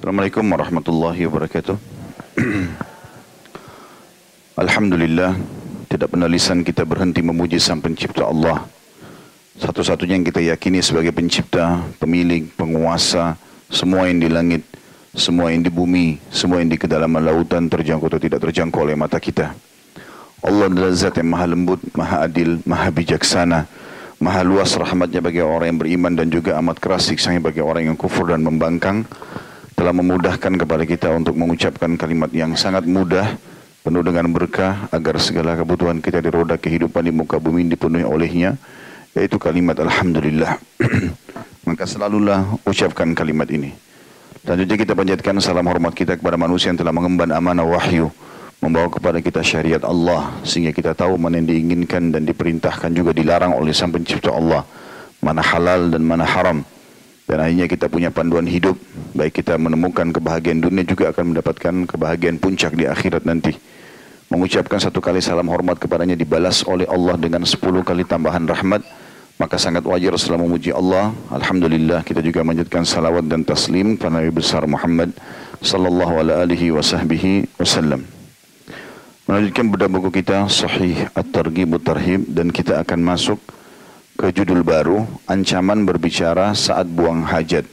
Assalamualaikum warahmatullahi wabarakatuh. Alhamdulillah, tidak pernah lisan kita berhenti memuji Sang Pencipta Allah. Satu-satunya yang kita yakini sebagai pencipta, pemilik, penguasa, semua yang di langit, semua yang di bumi, semua yang di kedalaman lautan, terjangkau atau tidak terjangkau oleh mata kita. Allah adalah zat yang maha lembut, maha adil, maha bijaksana, maha luas rahmatnya bagi orang yang beriman dan juga amat keras siksanya bagi orang yang kufur dan membangkang. Telah memudahkan kepada kita untuk mengucapkan kalimat yang sangat mudah, penuh dengan berkah, agar segala kebutuhan kita di roda kehidupan di muka bumi dipenuhi olehnya, yaitu kalimat Alhamdulillah. Maka selalulah ucapkan kalimat ini. Selanjutnya kita panjatkan salam hormat kita kepada manusia yang telah mengemban amanah wahyu, membawa kepada kita syariat Allah, sehingga kita tahu mana yang diinginkan dan diperintahkan juga dilarang oleh Sang Pencipta Allah, mana halal dan mana haram. Dan akhirnya kita punya panduan hidup, baik kita menemukan kebahagiaan dunia juga akan mendapatkan kebahagiaan puncak di akhirat nanti. Mengucapkan satu kali salam hormat kepadanya dibalas oleh Allah dengan 10 kali tambahan rahmat, maka sangat wajar setelah memuji Allah. Alhamdulillah, kita juga menjadikan salawat dan taslim kepada Nabi besar Muhammad sallallahu alaihi wasallam. Melanjutkan bedah buku kita Sahih At-Targhib At-Tarhib, dan kita akan masuk ke judul baru, ancaman berbicara saat buang hajat.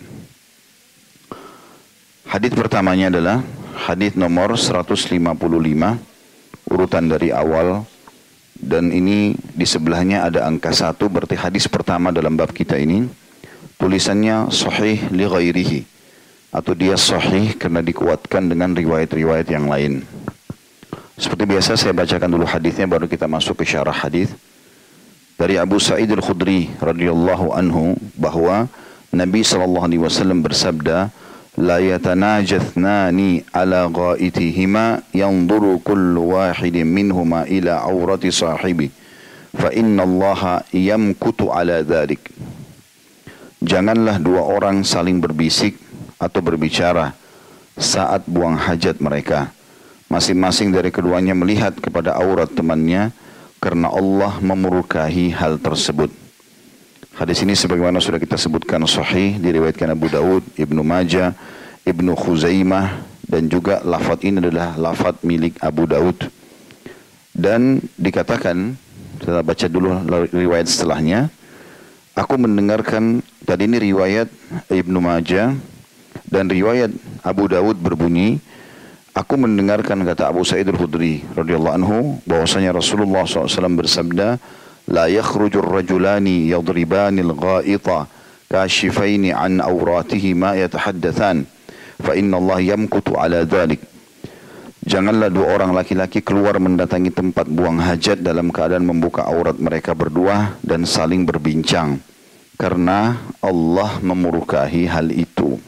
Hadis pertamanya adalah hadis nomor 155, urutan dari awal, dan ini di sebelahnya ada angka 1, berarti hadis pertama dalam bab kita ini. Tulisannya sahih li ghairihi, atau dia sahih karena dikuatkan dengan riwayat-riwayat yang lain. Seperti biasa saya bacakan dulu hadisnya baru kita masuk ke syarah hadis. Dari Abu Sa'id Al-Khudri radhiyallahu anhu bahwa Nabi SAW bersabda, la yatanajathani ala ghaitihima yanzuru kullu wahidin minhuma ila awrati sahibi fa inna allaha yamkutu ala dhalik. Janganlah dua orang saling berbisik atau berbicara saat buang hajat mereka. Masing-masing dari keduanya melihat kepada aurat temannya, karena Allah memurkahi hal tersebut. Hadis ini sebagaimana sudah kita sebutkan sahih, diriwayatkan Abu Daud, Ibnu Majah, Ibnu Khuzaimah, dan juga lafaz ini adalah lafaz milik Abu Daud. Dan dikatakan, kita baca dulu riwayat setelahnya. Aku mendengarkan, tadi ini riwayat Ibnu Majah, dan riwayat Abu Daud berbunyi, aku mendengarkan, kata Abu Sa'id Al-Khudri radhiyallahu anhu, bahwasanya Rasulullah SAW bersabda, la yakhrujur rajulani yadribani al-ghaita kashifaini an awratihima yatahaddathan fa inna Allah yamkutu ala dhalik. Janganlah dua orang laki-laki keluar mendatangi tempat buang hajat dalam keadaan membuka aurat mereka berdua dan saling berbincang, karena Allah memurkahi hal itu.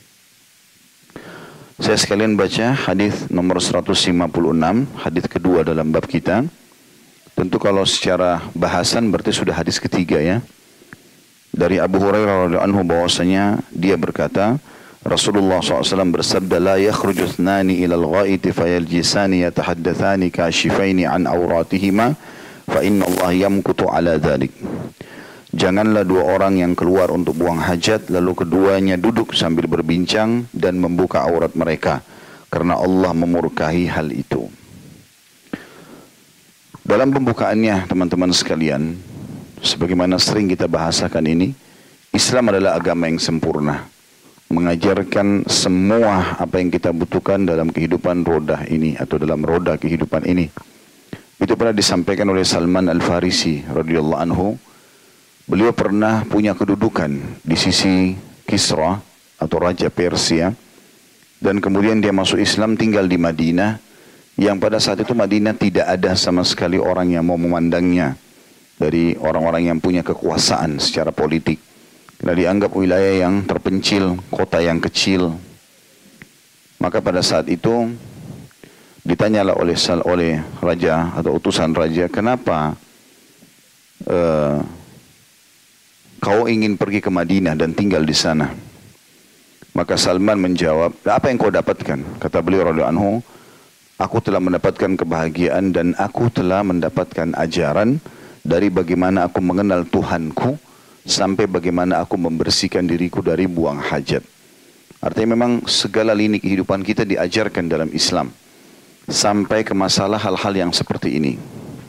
Saya sekalian baca hadis nomor 156, hadis kedua dalam bab kita. Tentu kalau secara bahasan berarti sudah hadis ketiga ya. Dari Abu Hurairah radhiyallahu anhu bahwasanya dia berkata, Rasulullah SAW bersabda, la yakhruju ithnani ila al-ghaiti fayaljisani yatahaddathani kashifaini an awratihima fa inna Allah yamkutu ala dhalik. Janganlah dua orang yang keluar untuk buang hajat lalu keduanya duduk sambil berbincang dan membuka aurat mereka, karena Allah memurkahi hal itu. Dalam pembukaannya teman-teman sekalian, sebagaimana sering kita bahasakan ini, Islam adalah agama yang sempurna, mengajarkan semua apa yang kita butuhkan dalam kehidupan roda ini atau dalam roda kehidupan ini. Itu pernah disampaikan oleh Salman Al-Farisi radhiyallahu anhu. Beliau pernah punya kedudukan di sisi Kisra atau Raja Persia, dan kemudian dia masuk Islam, tinggal di Madinah, yang pada saat itu Madinah tidak ada sama sekali orang yang mau memandangnya dari orang-orang yang punya kekuasaan secara politik, karena dianggap wilayah yang terpencil, kota yang kecil. Maka pada saat itu ditanyalah oleh raja atau utusan raja, kenapa kau ingin pergi ke Madinah dan tinggal di sana? Maka Salman menjawab, apa yang kau dapatkan? Kata beliau radhiyallahu anhu, aku telah mendapatkan kebahagiaan dan aku telah mendapatkan ajaran dari bagaimana aku mengenal Tuhanku sampai bagaimana aku membersihkan diriku dari buang hajat. Artinya memang segala lini kehidupan kita diajarkan dalam Islam. Sampai ke masalah hal-hal yang seperti ini.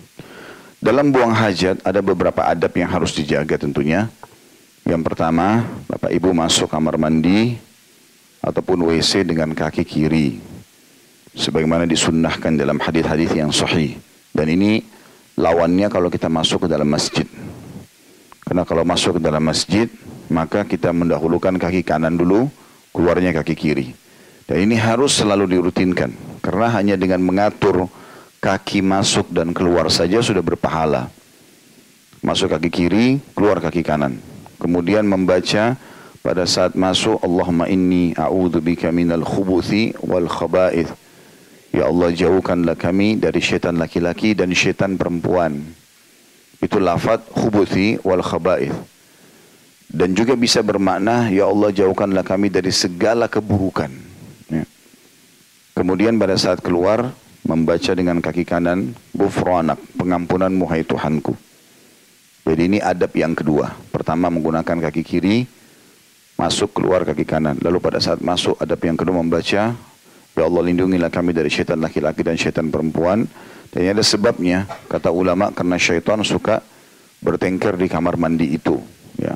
Dalam buang hajat ada beberapa adab yang harus dijaga tentunya. Yang pertama, Bapak Ibu masuk kamar mandi ataupun WC dengan kaki kiri. Sebagaimana disunnahkan dalam hadis-hadis yang sahih. Dan ini lawannya kalau kita masuk ke dalam masjid. Karena kalau masuk ke dalam masjid, maka kita mendahulukan kaki kanan dulu, keluarnya kaki kiri. Dan ini harus selalu dirutinkan. Karena hanya dengan mengatur kaki masuk dan keluar saja sudah berpahala. Masuk kaki kiri, keluar kaki kanan. Kemudian membaca pada saat masuk, Allahumma inni a'udzubika minal khubuthi wal khaba'ith. Ya Allah, jauhkanlah kami dari syaitan laki-laki dan syaitan perempuan. Itu lafaz khubuthi wal khaba'ith. Dan juga bisa bermakna, Ya Allah, jauhkanlah kami dari segala keburukan. Ya. Kemudian pada saat keluar, membaca dengan kaki kanan, Ghufranak, pengampunanmu hai Tuhanku. Jadi ini adab yang kedua. Pertama menggunakan kaki kiri, masuk keluar kaki kanan. Lalu pada saat masuk, adab yang kedua membaca, Ya Allah, lindungilah kami dari syaitan laki-laki dan syaitan perempuan. Dan ini ada sebabnya, kata ulama, karena syaitan suka bertengkar di kamar mandi itu. Ya.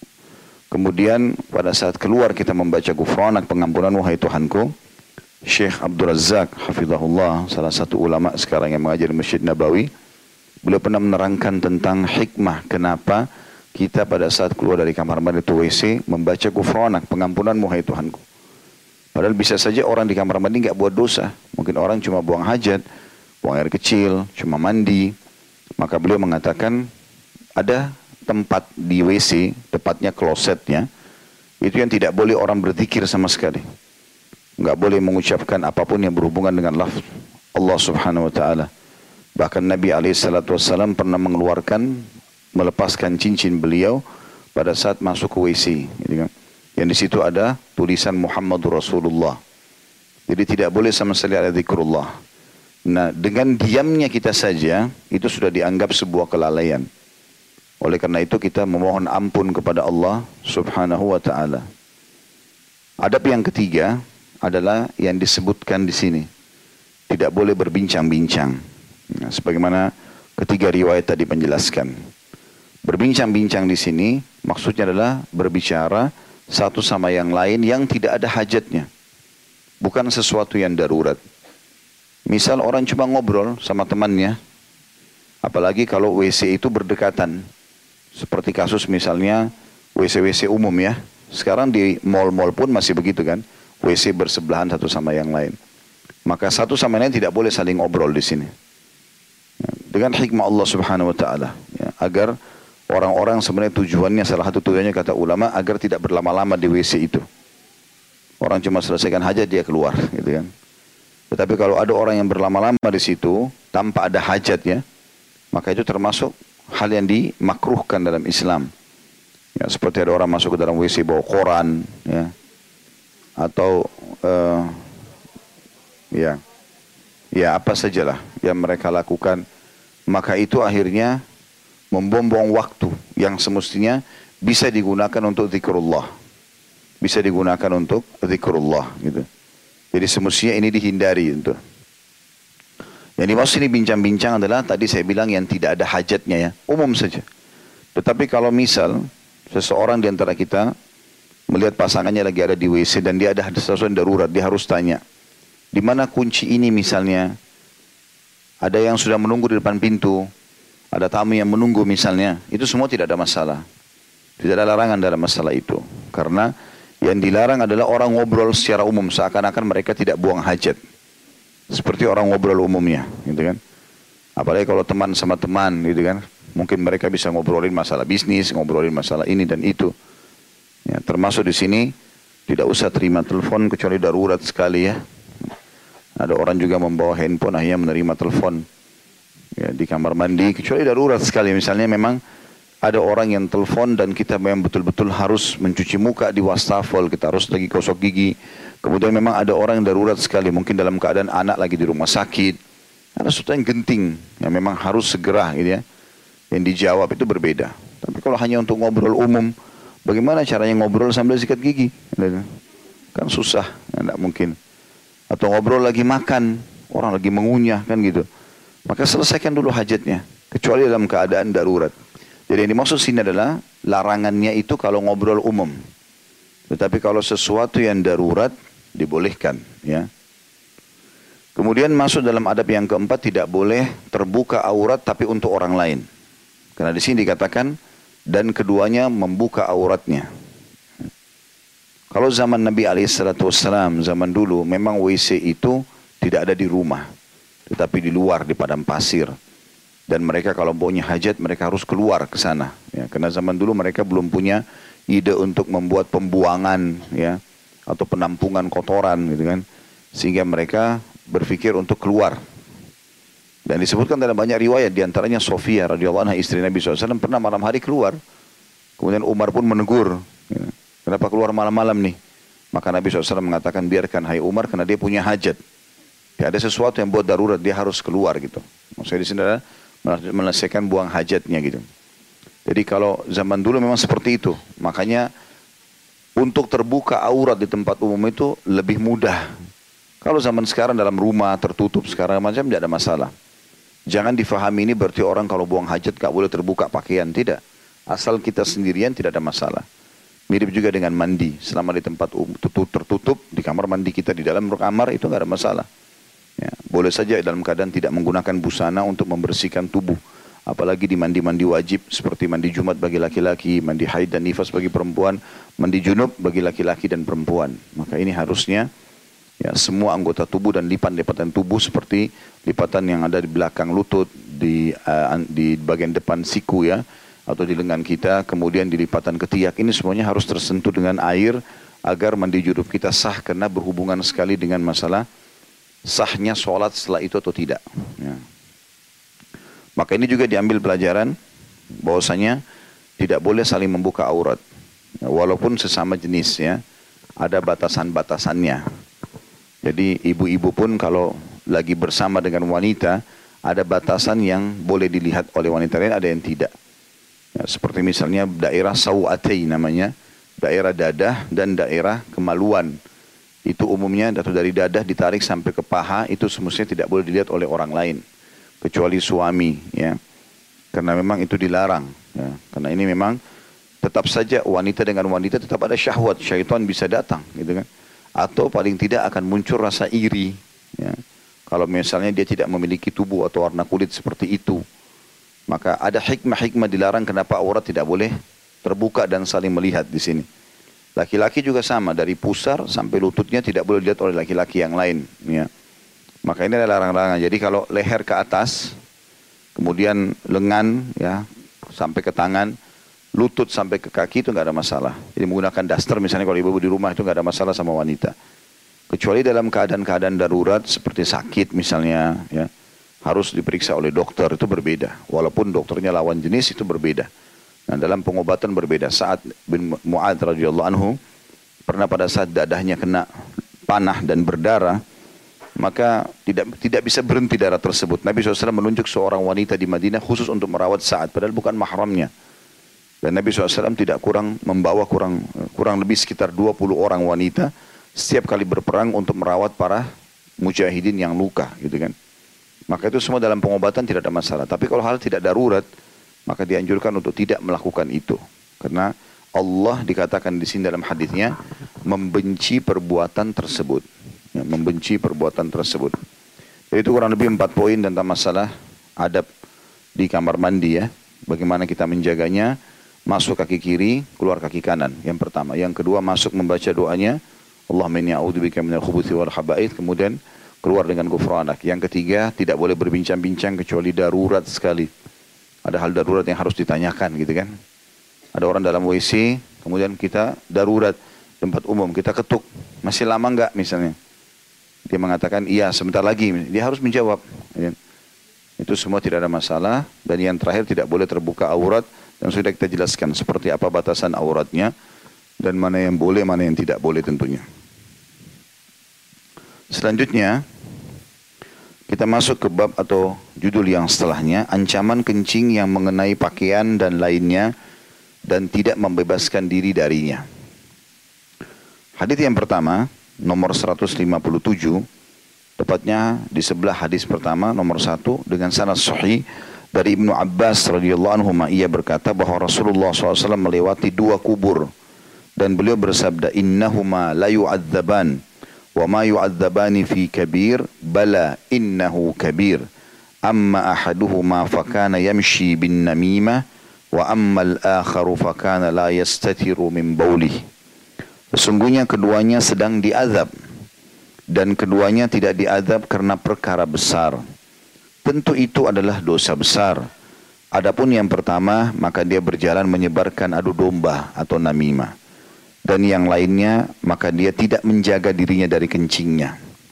Kemudian pada saat keluar kita membaca Ghufranak, pengampunan wahai Tuhanku. Syekh Abdul Razak hafizahullah, salah satu ulama sekarang yang mengajar di Masjid Nabawi, beliau pernah menerangkan tentang hikmah kenapa kita pada saat keluar dari kamar mandi atau WC membaca Ghufranak, pengampunan wahai Tuhanku. Padahal bisa saja orang di kamar mandi nggak buat dosa, mungkin orang cuma buang hajat, buang air kecil, cuma mandi. Maka beliau mengatakan ada tempat di WC, tepatnya klosetnya, itu yang tidak boleh orang berzikir sama sekali. Nggak boleh mengucapkan apapun yang berhubungan dengan lafaz Allah Subhanahu Wa Taala. Bahkan Nabi SAW pernah mengeluarkan, melepaskan cincin beliau pada saat masuk ke WC. Gitu kan. Yang di situ ada tulisan Muhammadur Rasulullah. Jadi tidak boleh sama sekali ada zikrullah. Nah, dengan diamnya kita saja itu sudah dianggap sebuah kelalaian. Oleh karena itu kita memohon ampun kepada Allah Subhanahu wa taala. Adab yang ketiga adalah yang disebutkan di sini. Tidak boleh berbincang-bincang. Nah, sebagaimana ketiga riwayat tadi menjelaskan. Berbincang-bincang di sini maksudnya adalah berbicara satu sama yang lain yang tidak ada hajatnya. Bukan sesuatu yang darurat. Misal orang cuma ngobrol sama temannya. Apalagi kalau WC itu berdekatan. Seperti kasus misalnya WC-WC umum ya. Sekarang di mall-mall pun masih begitu kan. WC bersebelahan satu sama yang lain. Maka satu sama lain tidak boleh saling ngobrol di sini. Dengan hikmah Allah Subhanahu Wa Taala. Ya, agar orang-orang sebenarnya tujuannya, salah satu tujuannya kata ulama, agar tidak berlama-lama di WC itu. Orang cuma selesaikan hajat dia keluar, gitu kan. Tetapi kalau ada orang yang berlama-lama di situ tanpa ada hajat ya, maka itu termasuk hal yang dimakruhkan dalam Islam. Ya, seperti ada orang masuk ke dalam WC bawa koran, ya, atau ya apa sajalah yang mereka lakukan, maka itu akhirnya membuang waktu yang semestinya bisa digunakan untuk zikrullah. Bisa digunakan untuk zikrullah gitu. Jadi semestinya ini dihindari itu. Yang dimaksud ini bincang-bincang adalah tadi saya bilang yang tidak ada hajatnya ya, umum saja. Tetapi kalau misal seseorang di antara kita melihat pasangannya lagi ada di WC dan dia ada sesuatu yang darurat, dia harus tanya, di mana kunci ini misalnya? Ada yang sudah menunggu di depan pintu, ada tamu yang menunggu misalnya, itu semua tidak ada masalah. Tidak ada larangan dalam masalah itu. Karena yang dilarang adalah orang ngobrol secara umum, seakan-akan mereka tidak buang hajat. Seperti orang ngobrol umumnya, gitu kan. Apalagi kalau teman sama teman, gitu kan. Mungkin mereka bisa ngobrolin masalah bisnis, ngobrolin masalah ini dan itu. Ya, termasuk di sini, tidak usah terima telepon kecuali darurat sekali ya. Ada orang juga membawa handphone, akhirnya menerima telepon ya, di kamar mandi, kecuali darurat sekali. Misalnya memang ada orang yang telepon dan kita memang betul-betul harus mencuci muka di wastafel, kita harus lagi gosok gigi. Kemudian memang ada orang yang darurat sekali, mungkin dalam keadaan anak lagi di rumah sakit. Ada sesuatu yang genting, yang memang harus segera gitu ya. Yang dijawab itu berbeda. Tapi kalau hanya untuk ngobrol umum, bagaimana caranya ngobrol sambil sikat gigi? kan susah, tidak mungkin. Atau ngobrol lagi makan, orang lagi mengunyah kan gitu. Maka selesaikan dulu hajatnya, kecuali dalam keadaan darurat. Jadi yang dimaksud sini adalah larangannya itu kalau ngobrol umum. Tetapi kalau sesuatu yang darurat dibolehkan, ya. Kemudian masuk dalam adab yang keempat, tidak boleh terbuka aurat tapi untuk orang lain. Karena di sini dikatakan dan keduanya membuka auratnya. Kalau zaman Nabi SAW, zaman dulu memang WC itu tidak ada di rumah, tetapi di luar, di padang pasir. Dan mereka kalau punya hajat, mereka harus keluar ke sana. Ya, karena zaman dulu mereka belum punya ide untuk membuat pembuangan, ya, atau penampungan kotoran, gitu kan. Sehingga mereka berpikir untuk keluar. Dan disebutkan dalam banyak riwayat, diantaranya Sofia radhiyallahu anha, istri Nabi SAW, pernah malam hari keluar. Kemudian Umar pun menegur, ya, kenapa keluar malam-malam nih? Maka Nabi SAW mengatakan, biarkan hai Umar, karena dia punya hajat. Ya, ada sesuatu yang buat darurat, dia harus keluar gitu. Maksudnya di sini adalah menyelesaikan buang hajatnya gitu. Jadi kalau zaman dulu memang seperti itu. Makanya untuk terbuka aurat di tempat umum itu lebih mudah. Kalau zaman sekarang dalam rumah tertutup sekarang macam tidak ada masalah. Jangan difahami ini berarti orang kalau buang hajat gak boleh terbuka pakaian. Tidak. Asal kita sendirian tidak ada masalah. Mirip juga dengan mandi. Selama di tempat tertutup, di kamar mandi kita, di dalam kamar itu gak ada masalah. Ya, boleh saja dalam keadaan tidak menggunakan busana untuk membersihkan tubuh. Apalagi di mandi-mandi wajib seperti mandi Jumat bagi laki-laki, mandi haid dan nifas bagi perempuan, mandi junub bagi laki-laki dan perempuan. Maka ini harusnya ya, semua anggota tubuh dan lipatan-lipatan tubuh seperti lipatan yang ada di belakang lutut, di bagian depan siku ya, atau di lengan kita, kemudian di lipatan ketiak, ini semuanya harus tersentuh dengan air agar mandi junub kita sah, karena berhubungan sekali dengan masalah sahnya sholat setelah itu atau tidak. Ya. Maka ini juga diambil pelajaran bahwasanya tidak boleh saling membuka aurat, ya, walaupun sesama jenis ya, ada batasan-batasannya. Jadi ibu-ibu pun kalau lagi bersama dengan wanita, ada batasan yang boleh dilihat oleh wanita lain, ada yang tidak. Ya, seperti misalnya daerah sawatay namanya, daerah dadah dan daerah kemaluan. Itu umumnya atau dari dadah ditarik sampai ke paha, itu semestinya tidak boleh dilihat oleh orang lain. Kecuali suami, ya, karena memang itu dilarang, ya. Karena ini memang tetap saja wanita dengan wanita tetap ada syahwat, syaitan bisa datang, gitu kan? Atau paling tidak akan muncul rasa iri, ya. Kalau misalnya dia tidak memiliki tubuh atau warna kulit seperti itu, maka ada hikmah-hikmah dilarang kenapa aurat tidak boleh terbuka dan saling melihat di sini. Laki-laki juga sama, dari pusar sampai lututnya tidak boleh dilihat oleh laki-laki yang lain, ya. Maka ini ada larangan-larangan. Jadi kalau leher ke atas, kemudian lengan ya sampai ke tangan, lutut sampai ke kaki itu nggak ada masalah. Jadi menggunakan daster misalnya kalau ibu-ibu di rumah itu nggak ada masalah sama wanita. Kecuali dalam keadaan-keadaan darurat seperti sakit misalnya, ya, harus diperiksa oleh dokter, itu berbeda. Walaupun dokternya lawan jenis itu berbeda. Nah, dalam pengobatan berbeda. Sa'ad bin Mu'adz radhiyallahu anhu pernah pada saat dadahnya kena panah dan berdarah, maka tidak bisa berhenti darah tersebut. Nabi SAW menunjuk seorang wanita di Madinah khusus untuk merawat Sa'ad, padahal bukan mahramnya. Dan Nabi SAW tidak membawa kurang lebih sekitar 20 orang wanita setiap kali berperang untuk merawat para mujahidin yang luka, gitu kan. Maka itu semua dalam pengobatan tidak ada masalah. Tapi kalau hal tidak darurat, maka dianjurkan untuk tidak melakukan itu. Karena Allah dikatakan di sini dalam hadisnya membenci perbuatan tersebut. Ya, membenci perbuatan tersebut. Jadi itu kurang lebih 4 poin tentang masalah adab di kamar mandi ya. Bagaimana kita menjaganya, masuk kaki kiri, keluar kaki kanan. Yang pertama. Yang kedua masuk membaca doanya, Allahumma inni a'udzubika minal khubuthi wal khaba'ith. Kemudian keluar dengan ghufranak. Yang ketiga, tidak boleh berbincang-bincang kecuali darurat sekali. Ada hal darurat yang harus ditanyakan gitu kan. Ada orang dalam WC, kemudian kita darurat, tempat umum, kita ketuk. Masih lama enggak misalnya? Dia mengatakan, iya sebentar lagi. Dia harus menjawab. Itu semua tidak ada masalah. Dan yang terakhir tidak boleh terbuka aurat. Dan sudah kita jelaskan seperti apa batasan auratnya. Dan mana yang boleh, mana yang tidak boleh tentunya. Selanjutnya, kita masuk ke bab atau judul yang setelahnya. Ancaman kencing yang mengenai pakaian dan lainnya. Dan tidak membebaskan diri darinya. Hadis yang pertama, nomor 157, tepatnya di sebelah hadis pertama, nomor 1, dengan sanad sahih dari Ibnu Abbas radhiyallahu anhu, ia berkata bahwa Rasulullah SAW melewati 2 kubur dan beliau bersabda, innahuma la yu'adzaban wa ma yu'adzabani fi kabir bala innahu kabir amma ahaduhuma fakana yamshi bin namimah wa amma al-akharu fakana la yastatiru min baulih. Sesungguhnya keduanya sedang diazab dan keduanya tidak diazab karena perkara besar. Tentu itu adalah dosa besar. Adapun yang pertama, maka dia berjalan menyebarkan adu domba atau namimah. Dan yang lainnya, maka dia tidak menjaga dirinya dari kencingnya.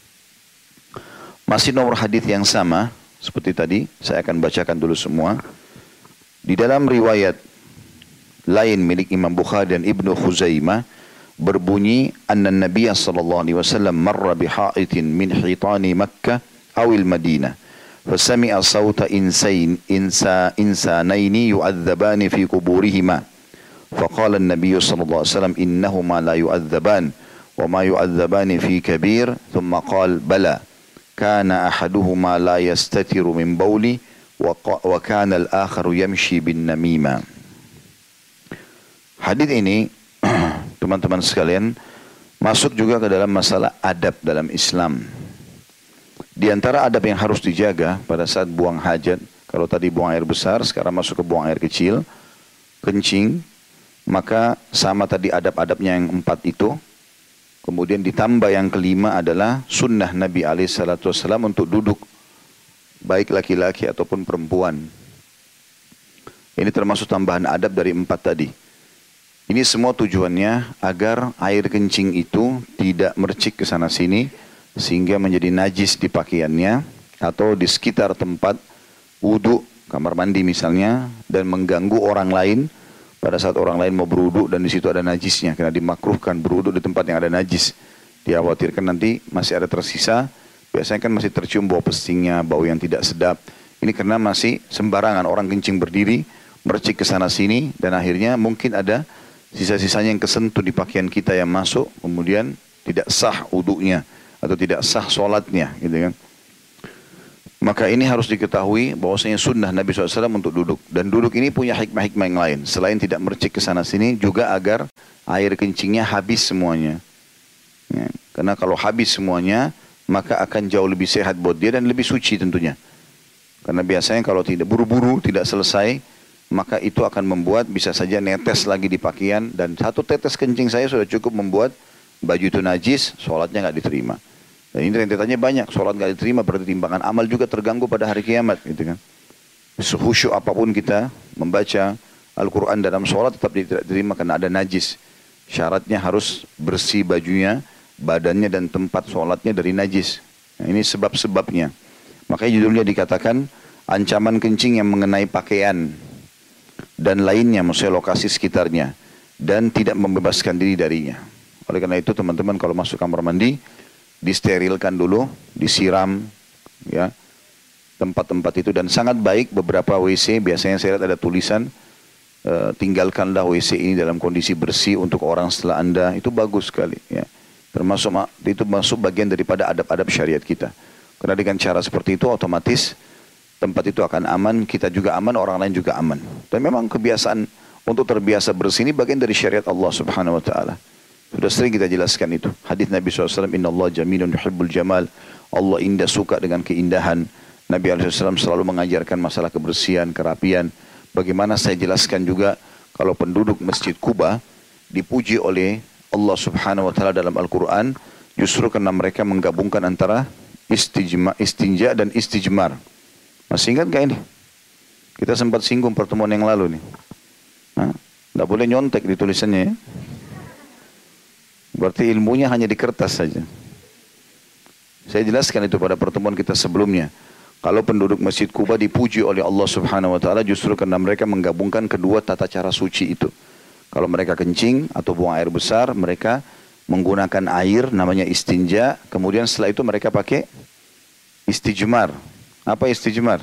Masih nomor hadis yang sama, seperti tadi, saya akan bacakan dulu semua. Di dalam riwayat lain milik Imam Bukhari dan Ibnu Khuzaimah, berbunyi, anna Nabiya sallallahu alaihi wasallam marra bihaitin min hitani Makkah awil Madinah. فسمع صوت إنسانين يعذبان في قبورهما فقال النبي صلى الله عليه وسلم إنهما لا يعذبان وما يعذبان في كبير ثم قال بلى كان أحدهما لا يستتر من بولي وكان الآخر يمشي بالنميمة. Hadis ini teman-teman sekalian masuk juga ke dalam masalah adab dalam Islam. Di antara adab yang harus dijaga pada saat buang hajat, kalau tadi buang air besar, sekarang masuk ke buang air kecil, kencing, maka sama tadi adab-adabnya yang 4 itu. Kemudian ditambah yang kelima adalah sunnah Nabi SAW untuk duduk, baik laki-laki ataupun perempuan. Ini termasuk tambahan adab dari 4 tadi. Ini semua tujuannya agar air kencing itu tidak mercik ke sana sini, sehingga menjadi najis di pakaiannya atau di sekitar tempat wudhu, kamar mandi misalnya, dan mengganggu orang lain pada saat orang lain mau berwudhu dan di situ ada najisnya, karena dimakruhkan berwudhu di tempat yang ada najis. Dikhawatirkan nanti masih ada tersisa, biasanya kan masih tercium bau pestingnya, bau yang tidak sedap. Ini karena masih sembarangan orang kencing berdiri, mercik ke sana sini, dan akhirnya mungkin ada sisa-sisanya yang kesentuh di pakaian kita yang masuk, kemudian tidak sah wudhunya atau tidak sah sholatnya, gitu kan. Maka ini harus diketahui bahwasanya sunnah Nabi SAW untuk duduk. Dan duduk ini punya hikmah-hikmah yang lain. Selain tidak mercik ke sana sini, juga agar air kencingnya habis semuanya. Ya, karena kalau habis semuanya, maka akan jauh lebih sehat buat dia dan lebih suci tentunya. Karena biasanya kalau tidak buru-buru, tidak selesai, maka itu akan membuat bisa saja netes lagi di pakaian. Dan 1 tetes kencing saya sudah cukup membuat baju itu najis, sholatnya nggak diterima. Dan ini rentetannya banyak, sholat nggak diterima berarti timbangan amal juga terganggu pada hari kiamat, gitu kan. Sehusyuk apapun kita membaca Al-Quran dalam sholat tetap tidak diterima karena ada najis. Syaratnya harus bersih bajunya, badannya dan tempat sholatnya dari najis. Nah, ini sebab-sebabnya. Makanya judulnya dikatakan ancaman kencing yang mengenai pakaian dan lainnya, maksudnya lokasi sekitarnya, dan tidak membebaskan diri darinya. Oleh karena itu teman-teman kalau masuk kamar mandi, disterilkan dulu, disiram ya tempat-tempat itu. Dan sangat baik beberapa WC, biasanya saya lihat ada tulisan tinggalkanlah WC ini dalam kondisi bersih untuk orang setelah Anda, itu bagus sekali ya. Itu masuk bagian daripada adab-adab syariat kita. Karena dengan cara seperti itu otomatis tempat itu akan aman, kita juga aman, orang lain juga aman. Dan memang kebiasaan untuk terbiasa bersih ini bagian dari syariat Allah Subhanahu wa taala. Sudah sering kita jelaskan itu. Hadis Nabi SAW, Inna Allah jamilun yuhibbul jamal. Allah indah, suka dengan keindahan. Nabi SAW selalu mengajarkan masalah kebersihan, kerapian. Bagaimana saya jelaskan juga, kalau penduduk Masjid Kuba dipuji oleh Allah Subhanahu wa Ta'ala dalam Al-Quran, justru karena mereka menggabungkan antara istinja dan istijmar. Masih ingat gak ini? Kita sempat singgung pertemuan yang lalu nih. Tidak boleh nyontek di tulisannya ya. Berarti ilmunya hanya di kertas saja. Saya jelaskan itu pada pertemuan kita sebelumnya. Kalau penduduk Masjid Kuba dipuji oleh Allah Subhanahu wa taala justru karena mereka menggabungkan kedua tata cara suci itu. Kalau mereka kencing atau buang air besar, mereka menggunakan air namanya istinja, kemudian setelah itu mereka pakai istijmar. Apa istijmar?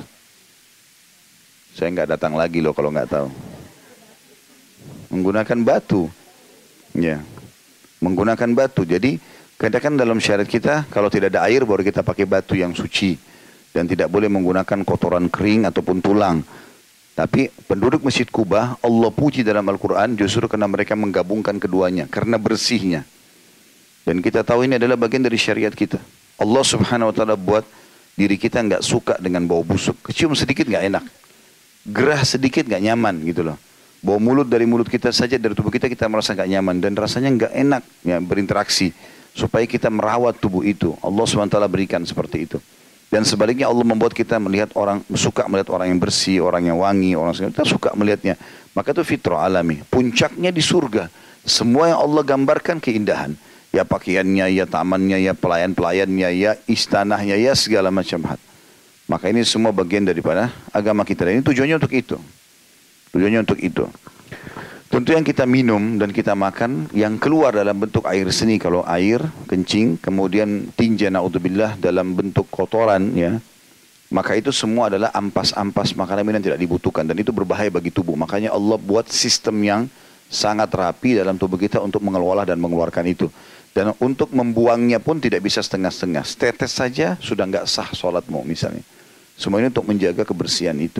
Saya nggak datang lagi loh kalau nggak tahu. Menggunakan batu. Ya. menggunakan batu. Jadi kadang dalam syariat kita kalau tidak ada air baru kita pakai batu yang suci dan tidak boleh menggunakan kotoran kering ataupun tulang. Tapi penduduk Masjid Kuba Allah puji dalam Al-Quran justru karena mereka menggabungkan keduanya karena bersihnya. Dan kita tahu ini adalah bagian dari syariat kita. Allah Subhanahu Wa Taala buat diri kita nggak suka dengan bau busuk, kecium sedikit nggak enak, gerah sedikit nggak nyaman gitu loh. Bau mulut dari mulut kita saja dari tubuh kita kita merasa nggak nyaman dan rasanya nggak enak ya berinteraksi. Supaya kita merawat tubuh itu. Allah SWT berikan seperti itu. Dan sebaliknya Allah membuat kita melihat orang, suka melihat orang yang bersih, orang yang wangi, orang kita suka melihatnya. Maka itu fitrah alami. Puncaknya di surga. Semua yang Allah gambarkan keindahan. Ya pakaiannya, ya tamannya, ya pelayan-pelayannya, ya istanahnya, ya segala macam hal. Maka ini semua bagian daripada agama kita. Dan ini tujuannya untuk itu. Tujuannya untuk itu. Tentu yang kita minum dan kita makan yang keluar dalam bentuk air seni kalau air kencing kemudian tinja naudzubillah dalam bentuk kotoran ya maka itu semua adalah ampas-ampas makanan minum tidak dibutuhkan dan itu berbahaya bagi tubuh. Makanya Allah buat sistem yang sangat rapi dalam tubuh kita untuk mengelola dan mengeluarkan itu. Dan untuk membuangnya pun tidak bisa setengah-setengah. Setetes saja sudah nggak sah sholatmu misalnya. Semua ini untuk menjaga kebersihan itu.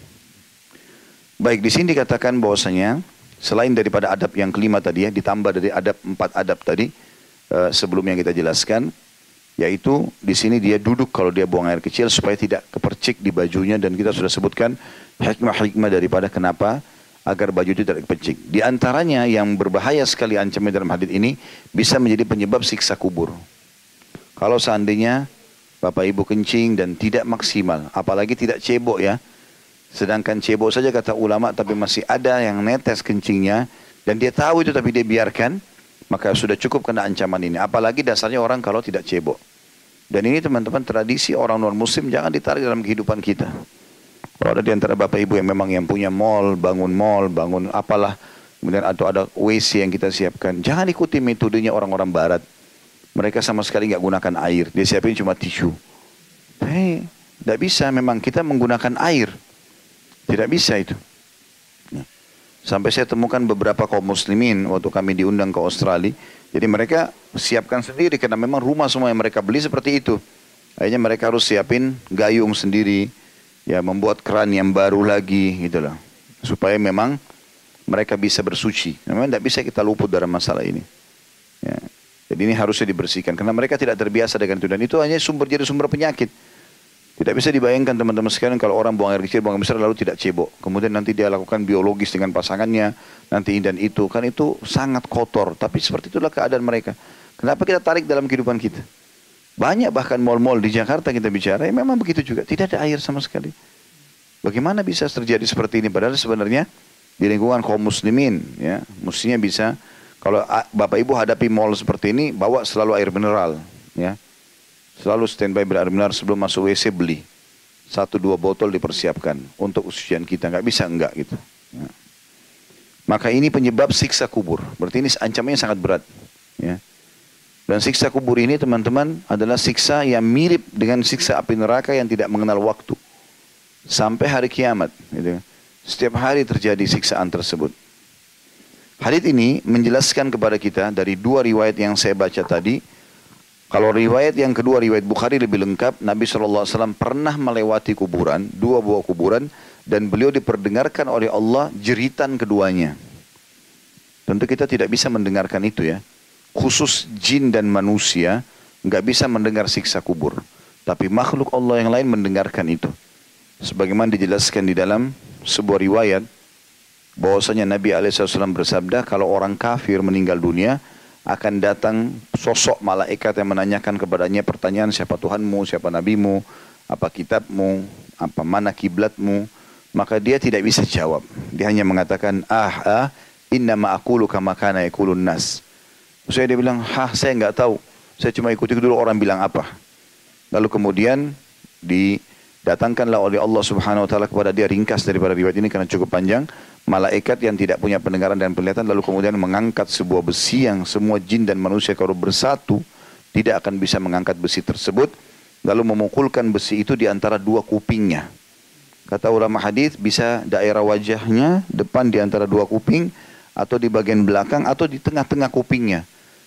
Baik, di sini dikatakan bahwasanya selain daripada adab yang kelima tadi ya, ditambah dari adab 4 adab tadi sebelum yang kita jelaskan, yaitu di sini dia duduk kalau dia buang air kecil supaya tidak kepercik di bajunya dan kita sudah sebutkan hikmah-hikmah daripada kenapa agar baju itu tidak kepercik. Di antaranya yang berbahaya sekali ancaman dalam hadis ini bisa menjadi penyebab siksa kubur. Kalau seandainya Bapak Ibu kencing dan tidak maksimal, apalagi tidak cebok ya. Sedangkan cebok saja kata ulama tapi masih ada yang netes kencingnya dan dia tahu itu tapi dia biarkan, maka sudah cukup kena ancaman ini. Apalagi dasarnya orang kalau tidak cebok. Dan ini teman-teman tradisi orang non muslim jangan ditarik dalam kehidupan kita. Kalau ada di antara Bapak Ibu yang memang yang punya mall, bangun apalah, kemudian atau ada WC yang kita siapkan, jangan ikuti metodenya orang-orang barat. Mereka sama sekali nggak gunakan air, dia siapin cuma tisu. Tidak bisa memang kita menggunakan air. Tidak bisa itu. Sampai saya temukan beberapa kaum muslimin waktu kami diundang ke Australia. Jadi mereka siapkan sendiri karena memang rumah semua yang mereka beli seperti itu. Akhirnya mereka harus siapin gayung sendiri. Ya membuat keran yang baru lagi gitu loh. Supaya memang mereka bisa bersuci. Memang tidak bisa kita luput dari masalah ini. Ya. Jadi ini harusnya dibersihkan. Karena mereka tidak terbiasa dengan itu. Dan itu hanya jadi sumber penyakit. Tidak bisa dibayangkan teman-teman sekalian kalau orang buang air kecil, buang air besar lalu tidak cebok. Kemudian nanti dia lakukan biologis dengan pasangannya, nanti ini dan itu. Kan itu sangat kotor. Tapi seperti itulah keadaan mereka. Kenapa kita tarik dalam kehidupan kita? Banyak bahkan mal-mal di Jakarta kita bicara, ya memang begitu juga. Tidak ada air sama sekali. Bagaimana bisa terjadi seperti ini? Padahal sebenarnya di lingkungan kaum muslimin, ya mestinya bisa. Kalau Bapak Ibu hadapi mal seperti ini, bawa selalu air mineral. Ya. Selalu standby air mineral sebelum masuk WC beli. 1-2 botol dipersiapkan untuk ujian kita. Nggak bisa enggak gitu. Ya. Maka ini penyebab siksa kubur. Berarti ini ancamannya sangat berat. Ya. Dan siksa kubur ini teman-teman adalah siksa yang mirip dengan siksa api neraka yang tidak mengenal waktu. Sampai hari kiamat. Gitu. Setiap hari terjadi siksaan tersebut. Hadits ini menjelaskan kepada kita dari 2 riwayat yang saya baca tadi. Kalau riwayat yang kedua, riwayat Bukhari lebih lengkap. Nabi SAW pernah melewati kuburan, 2 buah kuburan. Dan beliau diperdengarkan oleh Allah jeritan keduanya. Tentu kita tidak bisa mendengarkan itu ya. Khusus jin dan manusia nggak bisa mendengar siksa kubur. Tapi makhluk Allah yang lain mendengarkan itu. Sebagaimana dijelaskan di dalam sebuah riwayat. Bahwasanya Nabi SAW bersabda, kalau orang kafir meninggal dunia, akan datang sosok malaikat yang menanyakan kepadanya pertanyaan, siapa Tuhanmu, siapa Nabimu, apa kitabmu, apa mana kiblatmu. Maka dia tidak bisa jawab. Dia hanya mengatakan, innama aqulu kama kana yaqulun nas. Saya dia bilang, saya nggak tahu. Saya cuma ikuti dulu orang bilang apa. Lalu kemudian didatangkanlah oleh Allah Subhanahu Wa Taala kepada dia ringkas daripada riwayat ini karena cukup panjang. Malaikat yang tidak punya pendengaran dan penglihatan lalu kemudian mengangkat sebuah besi yang semua jin dan manusia kalau bersatu tidak akan bisa mengangkat besi tersebut. Lalu memukulkan besi itu di antara 2 kupingnya. Kata ulama hadis bisa daerah wajahnya depan di antara 2 kuping atau di bagian belakang atau di tengah-tengah kupingnya.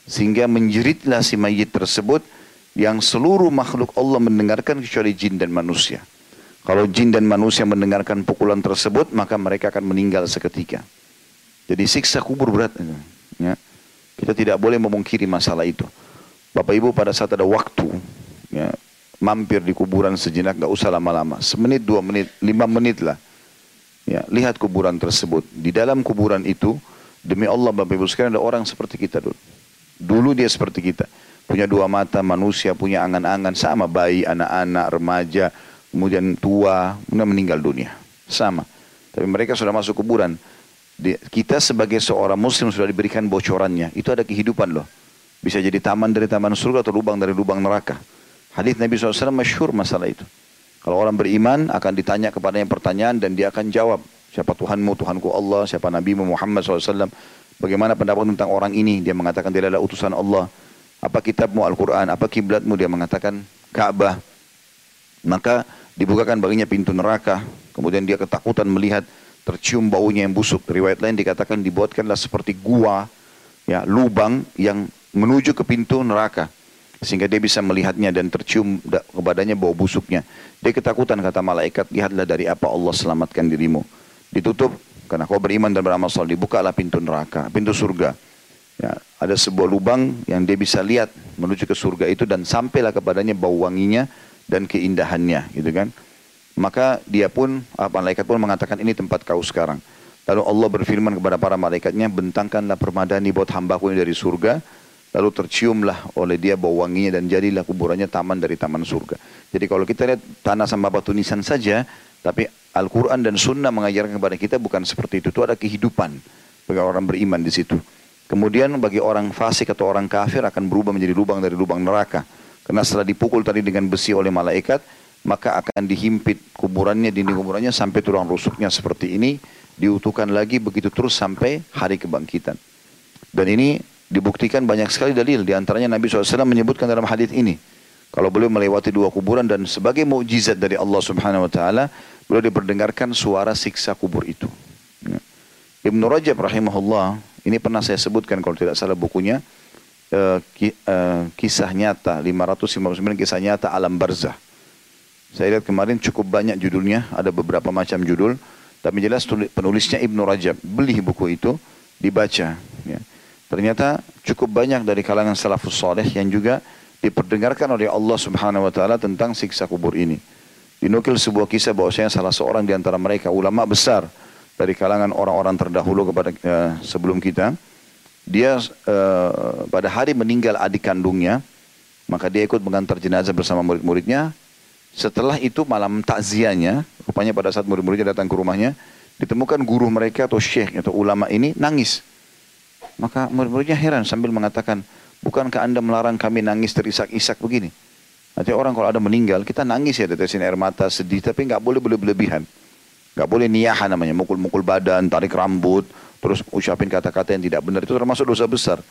Sehingga menjeritlah si mayit tersebut yang seluruh makhluk Allah mendengarkan kecuali jin dan manusia. Kalau jin dan manusia mendengarkan pukulan tersebut, maka mereka akan meninggal seketika. Jadi siksa kubur berat. Ya. Kita tidak boleh memungkiri masalah itu. Bapak Ibu pada saat ada waktu, ya, mampir di kuburan sejenak, gak usah lama-lama. Semenit, 2 menit, 5 menit lah. Ya, lihat kuburan tersebut. Di dalam kuburan itu, demi Allah Bapak Ibu sekalian, ada orang seperti kita dulu. Dulu dia seperti kita. Punya 2 mata, manusia punya angan-angan, sama bayi, anak-anak, remaja, kemudian tua, kemudian meninggal dunia. Sama. Tapi mereka sudah masuk kuburan. Kita sebagai seorang muslim sudah diberikan bocorannya. Itu ada kehidupan loh. Bisa jadi taman dari taman surga atau lubang dari lubang neraka. Hadis Nabi SAW masyhur masalah itu. Kalau orang beriman akan ditanya kepadanya pertanyaan dan dia akan jawab. Siapa Tuhanmu? Tuhanku Allah. Siapa Nabi Muhammad SAW? Bagaimana pendapat tentang orang ini? Dia mengatakan dia adalah utusan Allah. Apa kitabmu Al-Quran? Apa kiblatmu? Dia mengatakan Ka'bah. Maka dibukakan baginya pintu neraka. Kemudian dia ketakutan melihat tercium baunya yang busuk. Riwayat lain dikatakan dibuatkanlah seperti gua, ya, lubang yang menuju ke pintu neraka. Sehingga dia bisa melihatnya dan tercium ke badannya bau busuknya. Dia ketakutan, kata malaikat, lihatlah dari apa Allah selamatkan dirimu. Ditutup, karena kau beriman dan beramal saleh, dibukalah pintu neraka, pintu surga. Ya, ada sebuah lubang yang dia bisa lihat menuju ke surga itu dan sampailah kepadanya bau wanginya dan keindahannya, gitu kan. Maka dia pun, malaikat pun mengatakan ini tempat kau sekarang. Lalu Allah berfirman kepada para malaikatnya, bentangkanlah permadani buat hambaku ini dari surga. Lalu terciumlah oleh dia bau wanginya dan jadilah kuburannya taman dari taman surga. Jadi kalau kita lihat tanah sama batu nisan saja, tapi Al-Quran dan Sunnah mengajarkan kepada kita bukan seperti itu. Itu ada kehidupan bagi orang beriman di situ. Kemudian bagi orang fasik atau orang kafir akan berubah menjadi lubang dari lubang neraka. Karena setelah dipukul tadi dengan besi oleh malaikat, maka akan dihimpit kuburannya, dinding kuburannya sampai tulang rusuknya seperti ini. Diutuhkan lagi begitu terus sampai hari kebangkitan. Dan ini dibuktikan banyak sekali dalil. Di antaranya Nabi SAW menyebutkan dalam hadis ini. Kalau beliau melewati 2 kuburan dan sebagai mukjizat dari Allah Subhanahu Wa Taala, beliau diperdengarkan suara siksa kubur itu. Ya. Ibnu Rajab rahimahullah, ini pernah saya sebutkan kalau tidak salah bukunya, kisah nyata, 559 kisah nyata alam barzah. Saya lihat kemarin cukup banyak judulnya, ada beberapa macam judul, tapi jelas penulisnya Ibnu Rajab. Beli buku itu, dibaca. Ya. Ternyata cukup banyak dari kalangan salafus saleh yang juga diperdengarkan oleh Allah Subhanahu Wa Taala tentang siksa kubur ini. Dinukil sebuah kisah bahwasanya salah seorang di antara mereka ulama besar dari kalangan orang-orang terdahulu kepada sebelum kita, dia pada hari meninggal adik kandungnya, maka dia ikut mengantar jenazah bersama murid-muridnya. Setelah itu malam takziahnya, rupanya pada saat murid-muridnya datang ke rumahnya, ditemukan guru mereka atau syekh atau ulama ini nangis. Maka murid-muridnya heran sambil mengatakan, bukankah anda melarang kami nangis terisak-isak begini? Artinya orang kalau ada meninggal, kita nangis ya, tetesin air mata, sedih, tapi nggak boleh berlebihan. Nggak boleh niyaha namanya, mukul-mukul badan, tarik rambut, terus ucapin kata-kata yang tidak benar, itu termasuk dosa besar.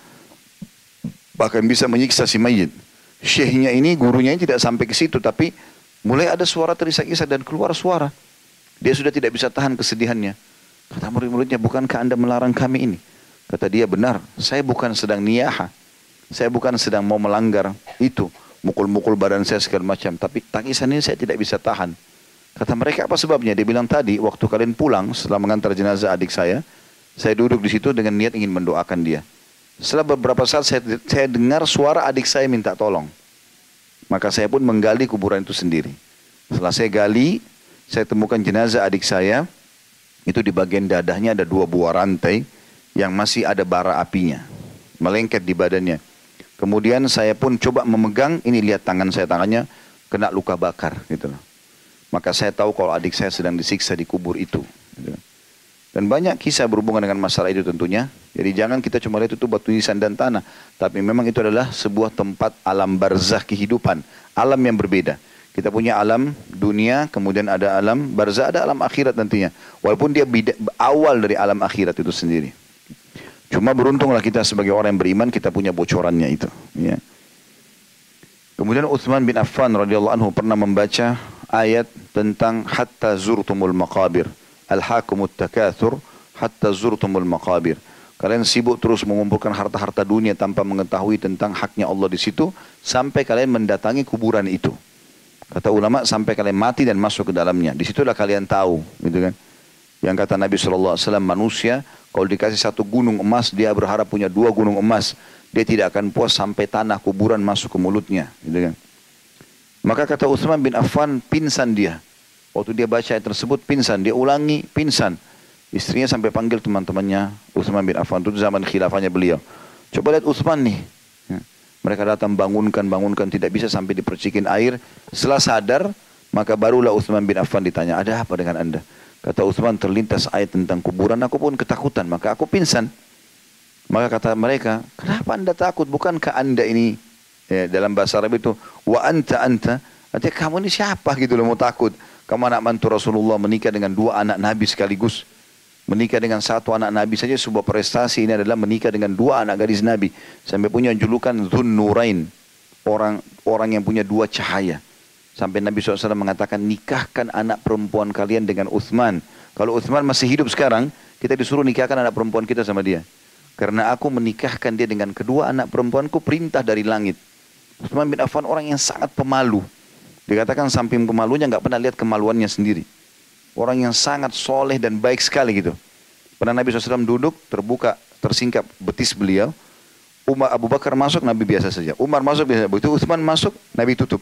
Bahkan bisa menyiksa si mayit. Syekhnya ini, gurunya ini tidak sampai ke situ, tapi mulai ada suara terisak-isak dan keluar suara. Dia sudah tidak bisa tahan kesedihannya. Kata murid-muridnya, bukankah anda melarang kami ini? Kata dia, benar, saya bukan sedang niyaha. Saya bukan sedang mau melanggar itu. Mukul-mukul badan saya segala macam. Tapi tangisan ini saya tidak bisa tahan. Kata mereka, apa sebabnya? Dia bilang tadi, waktu kalian pulang setelah mengantar jenazah adik saya duduk di situ dengan niat ingin mendoakan dia. Setelah beberapa saat saya dengar suara adik saya minta tolong. Maka saya pun menggali kuburan itu sendiri. Setelah saya gali, saya temukan jenazah adik saya. Itu di bagian dadahnya ada 2 buah rantai yang masih ada bara apinya, melengket di badannya. Kemudian saya pun coba memegang, ini lihat tangan saya, tangannya kena luka bakar gitu loh. Maka saya tahu kalau adik saya sedang disiksa di kubur itu gitu. Dan banyak kisah berhubungan dengan masalah itu tentunya. Jadi jangan kita cuma lihat itu batu nisan dan tanah, tapi memang itu adalah sebuah tempat alam barzah kehidupan, alam yang berbeda. Kita punya alam dunia, kemudian ada alam barzah, ada alam akhirat nantinya. Walaupun dia awal dari alam akhirat itu sendiri. Cuma beruntunglah kita sebagai orang yang beriman, kita punya bocorannya itu. Ya. Kemudian Utsman bin Affan radhiyallahu anhu pernah membaca ayat tentang hatta zurtumul maqabir, alhaakumut takatsur hatta zurtumul maqabir. Kalian sibuk terus mengumpulkan harta-harta dunia tanpa mengetahui tentang haknya Allah di situ, sampai kalian mendatangi kuburan itu. Kata ulama, sampai kalian mati dan masuk ke dalamnya. Disitulah kalian tahu, gitu kan. Yang kata Nabi SAW, manusia kalau dikasih satu gunung emas, dia berharap punya 2 gunung emas. Dia tidak akan puas sampai tanah kuburan masuk ke mulutnya, gitu kan. Maka kata Utsman bin Affan, pingsan dia. Waktu dia baca ayat tersebut, pingsan. Dia ulangi, pingsan. Istrinya sampai panggil teman-temannya Utsman bin Affan, itu zaman khilafahnya beliau. Coba lihat Utsman nih. Ya. Mereka datang bangunkan, tidak bisa sampai dipercikin air. Setelah sadar, maka barulah Utsman bin Affan ditanya, ada apa dengan anda? Kata Utsman, terlintas ayat tentang kuburan, aku pun ketakutan, maka aku pingsan. Maka kata mereka, kenapa anda takut? Bukankah anda ini, ya, dalam bahasa Arab itu, wa anta, artinya kamu ini siapa gitu loh mau takut. Kamu anak mantu Rasulullah menikah dengan 2 anak Nabi sekaligus. Menikah dengan 1 anak Nabi saja sebuah prestasi. Ini adalah menikah dengan 2 anak gadis Nabi. Sampai punya julukan Dzun Nurain. Orang yang punya 2 cahaya. Sampai Nabi SAW mengatakan, nikahkan anak perempuan kalian dengan Utsman. Kalau Utsman masih hidup sekarang, kita disuruh nikahkan anak perempuan kita sama dia. Karena aku menikahkan dia dengan kedua anak perempuanku, perintah dari langit. Utsman bin Affan orang yang sangat pemalu. Dikatakan samping pemalunya nggak pernah lihat kemaluannya sendiri. Orang yang sangat soleh dan baik sekali gitu. Pernah Nabi SAW duduk, terbuka, tersingkap betis beliau. Abu Bakar masuk, Nabi biasa saja. Umar masuk, biasa. Begitu Utsman masuk, Nabi tutup.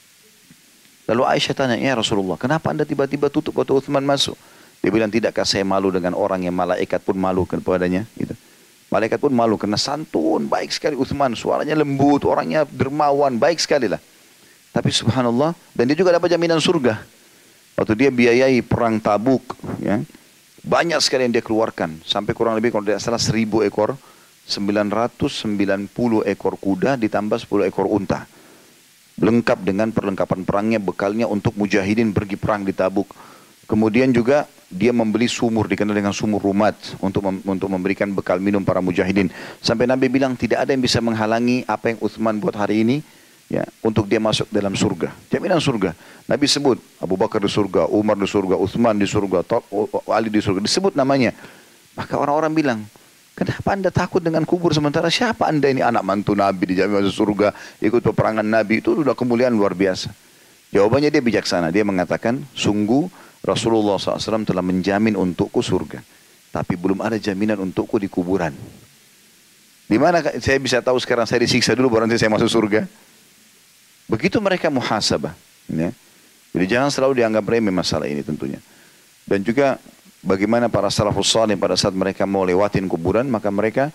Lalu Aisyah tanya, ya Rasulullah, kenapa anda tiba-tiba tutup waktu Utsman masuk? Dia bilang, tidakkah saya malu dengan orang yang malaikat pun malu kepadanya? Gitu. Malaikat pun malu, karena santun, baik sekali Utsman. Suaranya lembut, orangnya dermawan, baik sekali lah. Tapi subhanallah, dan dia juga dapat jaminan surga. Waktu dia biayai perang Tabuk, ya, banyak sekali yang dia keluarkan. Sampai kurang lebih kalau tidak salah 1000 ekor, 990 ekor kuda ditambah 10 ekor unta. Lengkap dengan perlengkapan perangnya, bekalnya untuk mujahidin pergi perang di Tabuk. Kemudian juga dia membeli sumur, dikenal dengan sumur Rumat, untuk memberikan bekal minum para mujahidin. Sampai Nabi bilang tidak ada yang bisa menghalangi apa yang Utsman buat hari ini, ya, untuk dia masuk dalam surga. Jaminan surga. Nabi sebut Abu Bakar di surga, Umar di surga, Utsman di surga, Ali di surga, disebut namanya. Maka orang-orang bilang, kenapa anda takut dengan kubur, sementara siapa anda ini, anak mantu Nabi, dijamin masuk surga, ikut peperangan Nabi, itu sudah kemuliaan luar biasa. Jawabannya dia bijaksana. Dia mengatakan, sungguh Rasulullah SAW telah menjamin untukku surga, tapi belum ada jaminan untukku di kuburan. Di mana saya bisa tahu sekarang saya disiksa dulu baru nanti saya masuk surga? Begitu mereka muhasabah, ya. Jadi jangan selalu dianggap remeh masalah ini tentunya. Dan juga bagaimana para salafus salih pada saat mereka mau lewatin kuburan, maka mereka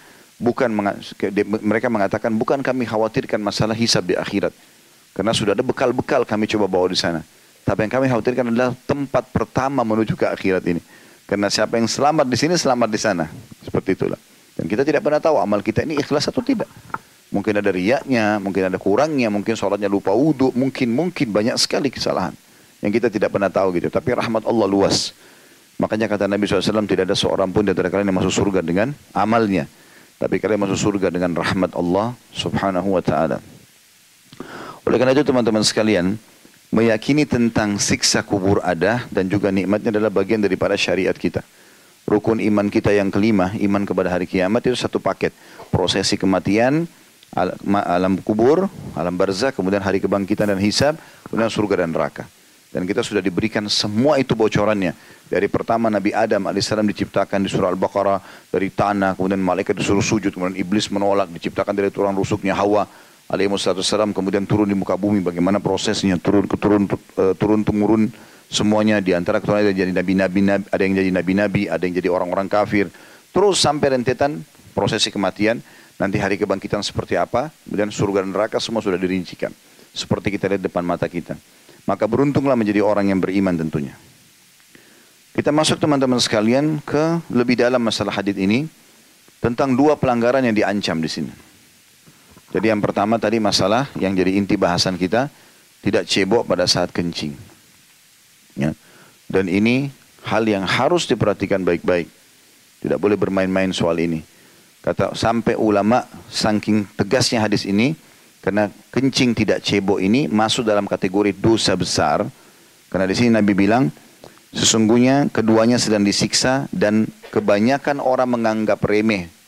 mengatakan, bukan kami khawatirkan masalah hisab di akhirat, karena sudah ada bekal-bekal kami coba bawa di sana. Tapi yang kami khawatirkan adalah tempat pertama menuju ke akhirat ini. Karena siapa yang selamat di sini, selamat di sana. Seperti itulah. Dan kita tidak pernah tahu amal kita ini ikhlas atau tidak. Mungkin ada riyaknya, mungkin ada kurangnya, mungkin sholatnya lupa wudhu, mungkin banyak sekali kesalahan yang kita tidak pernah tahu gitu. Tapi rahmat Allah luas. Makanya kata Nabi SAW, tidak ada seorang pun di antara kalian yang masuk surga dengan amalnya, tapi kalian masuk surga dengan rahmat Allah Subhanahu wa taala. Oleh karena itu teman-teman sekalian, meyakini tentang siksa kubur ada dan juga nikmatnya adalah bagian daripada syariat kita. Rukun iman kita yang kelima, iman kepada hari kiamat, itu satu paket. Prosesi kematian, alam kubur, alam barzakh, kemudian hari kebangkitan dan hisab, kemudian surga dan neraka. Dan kita sudah diberikan semua itu bocorannya. Dari pertama Nabi Adam AS diciptakan di surah Al-Baqarah dari tanah, kemudian malaikat disuruh sujud, kemudian iblis menolak, diciptakan dari tulang rusuknya Hawa alaihissalam, kemudian turun di muka bumi, bagaimana prosesnya turun-temurun semuanya. Di antara keturunan ada yang jadi nabi-nabi, ada yang jadi nabi-nabi, ada yang jadi orang-orang kafir. Terus sampai rentetan prosesi kematian, nanti hari kebangkitan seperti apa, kemudian surga dan neraka semua sudah dirincikan. Seperti kita lihat depan mata kita. Maka beruntunglah menjadi orang yang beriman tentunya. Kita masuk teman-teman sekalian ke lebih dalam masalah hadis ini tentang 2 pelanggaran yang diancam di sini. Jadi yang pertama tadi masalah yang jadi inti bahasan kita, tidak cebok pada saat kencing. Ya. Dan ini hal yang harus diperhatikan baik-baik. Tidak boleh bermain-main soal ini. Kata sampai ulama saking tegasnya hadis ini, karena kencing tidak cebok ini masuk dalam kategori dosa besar. Karena di sini Nabi bilang, sesungguhnya keduanya sedang disiksa dan kebanyakan orang menganggap remeh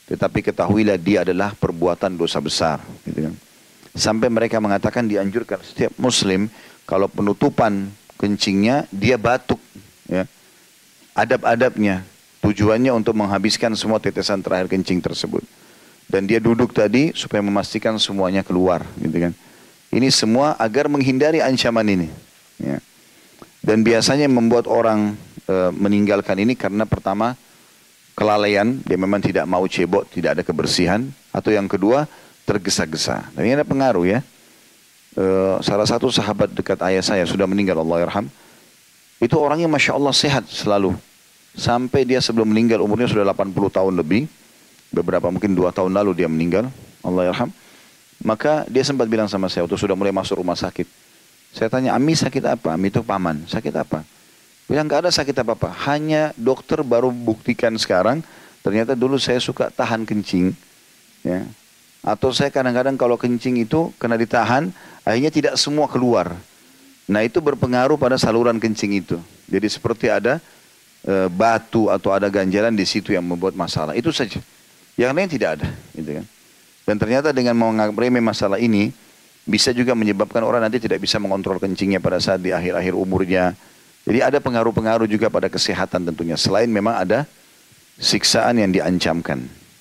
tetapi ketahuilah dia adalah perbuatan dosa besar. Gitu kan. Sampai mereka mengatakan dianjurkan setiap muslim kalau penutupan kencingnya dia batuk. Ya. Adab-adabnya tujuannya untuk menghabiskan semua tetesan terakhir kencing tersebut. Dan dia duduk tadi supaya memastikan semuanya keluar. Gitu kan. Ini semua agar menghindari ancaman ini. Ya. Dan biasanya membuat orang meninggalkan ini karena pertama kelalaian, dia memang tidak mau cebok, tidak ada kebersihan. Atau yang kedua tergesa-gesa. Dan ini ada pengaruh ya. Salah satu sahabat dekat ayah saya sudah meninggal, Allah yarham. Itu orangnya Masya Allah sehat selalu. Sampai dia sebelum meninggal umurnya sudah 80 tahun lebih. Beberapa mungkin 2 tahun lalu dia meninggal, Allah yarham. Maka dia sempat bilang sama saya waktu sudah mulai masuk rumah sakit. Saya tanya, Ami sakit apa? Ami itu paman, sakit apa? Bilang gak ada sakit apa-apa. Hanya dokter baru buktikan sekarang. Ternyata dulu saya suka tahan kencing. Ya. Atau saya kadang-kadang kalau kencing itu kena ditahan, akhirnya tidak semua keluar. Nah itu berpengaruh pada saluran kencing itu. Jadi seperti ada batu atau ada ganjalan di situ yang membuat masalah. Itu saja. Yang lain tidak ada. Gitu kan. Dan ternyata dengan menganggap remeh masalah ini, bisa juga menyebabkan orang nanti tidak bisa mengontrol kencingnya pada saat di akhir-akhir umurnya. Jadi ada pengaruh-pengaruh juga pada kesehatan tentunya. Selain memang ada siksaan yang diancamkan.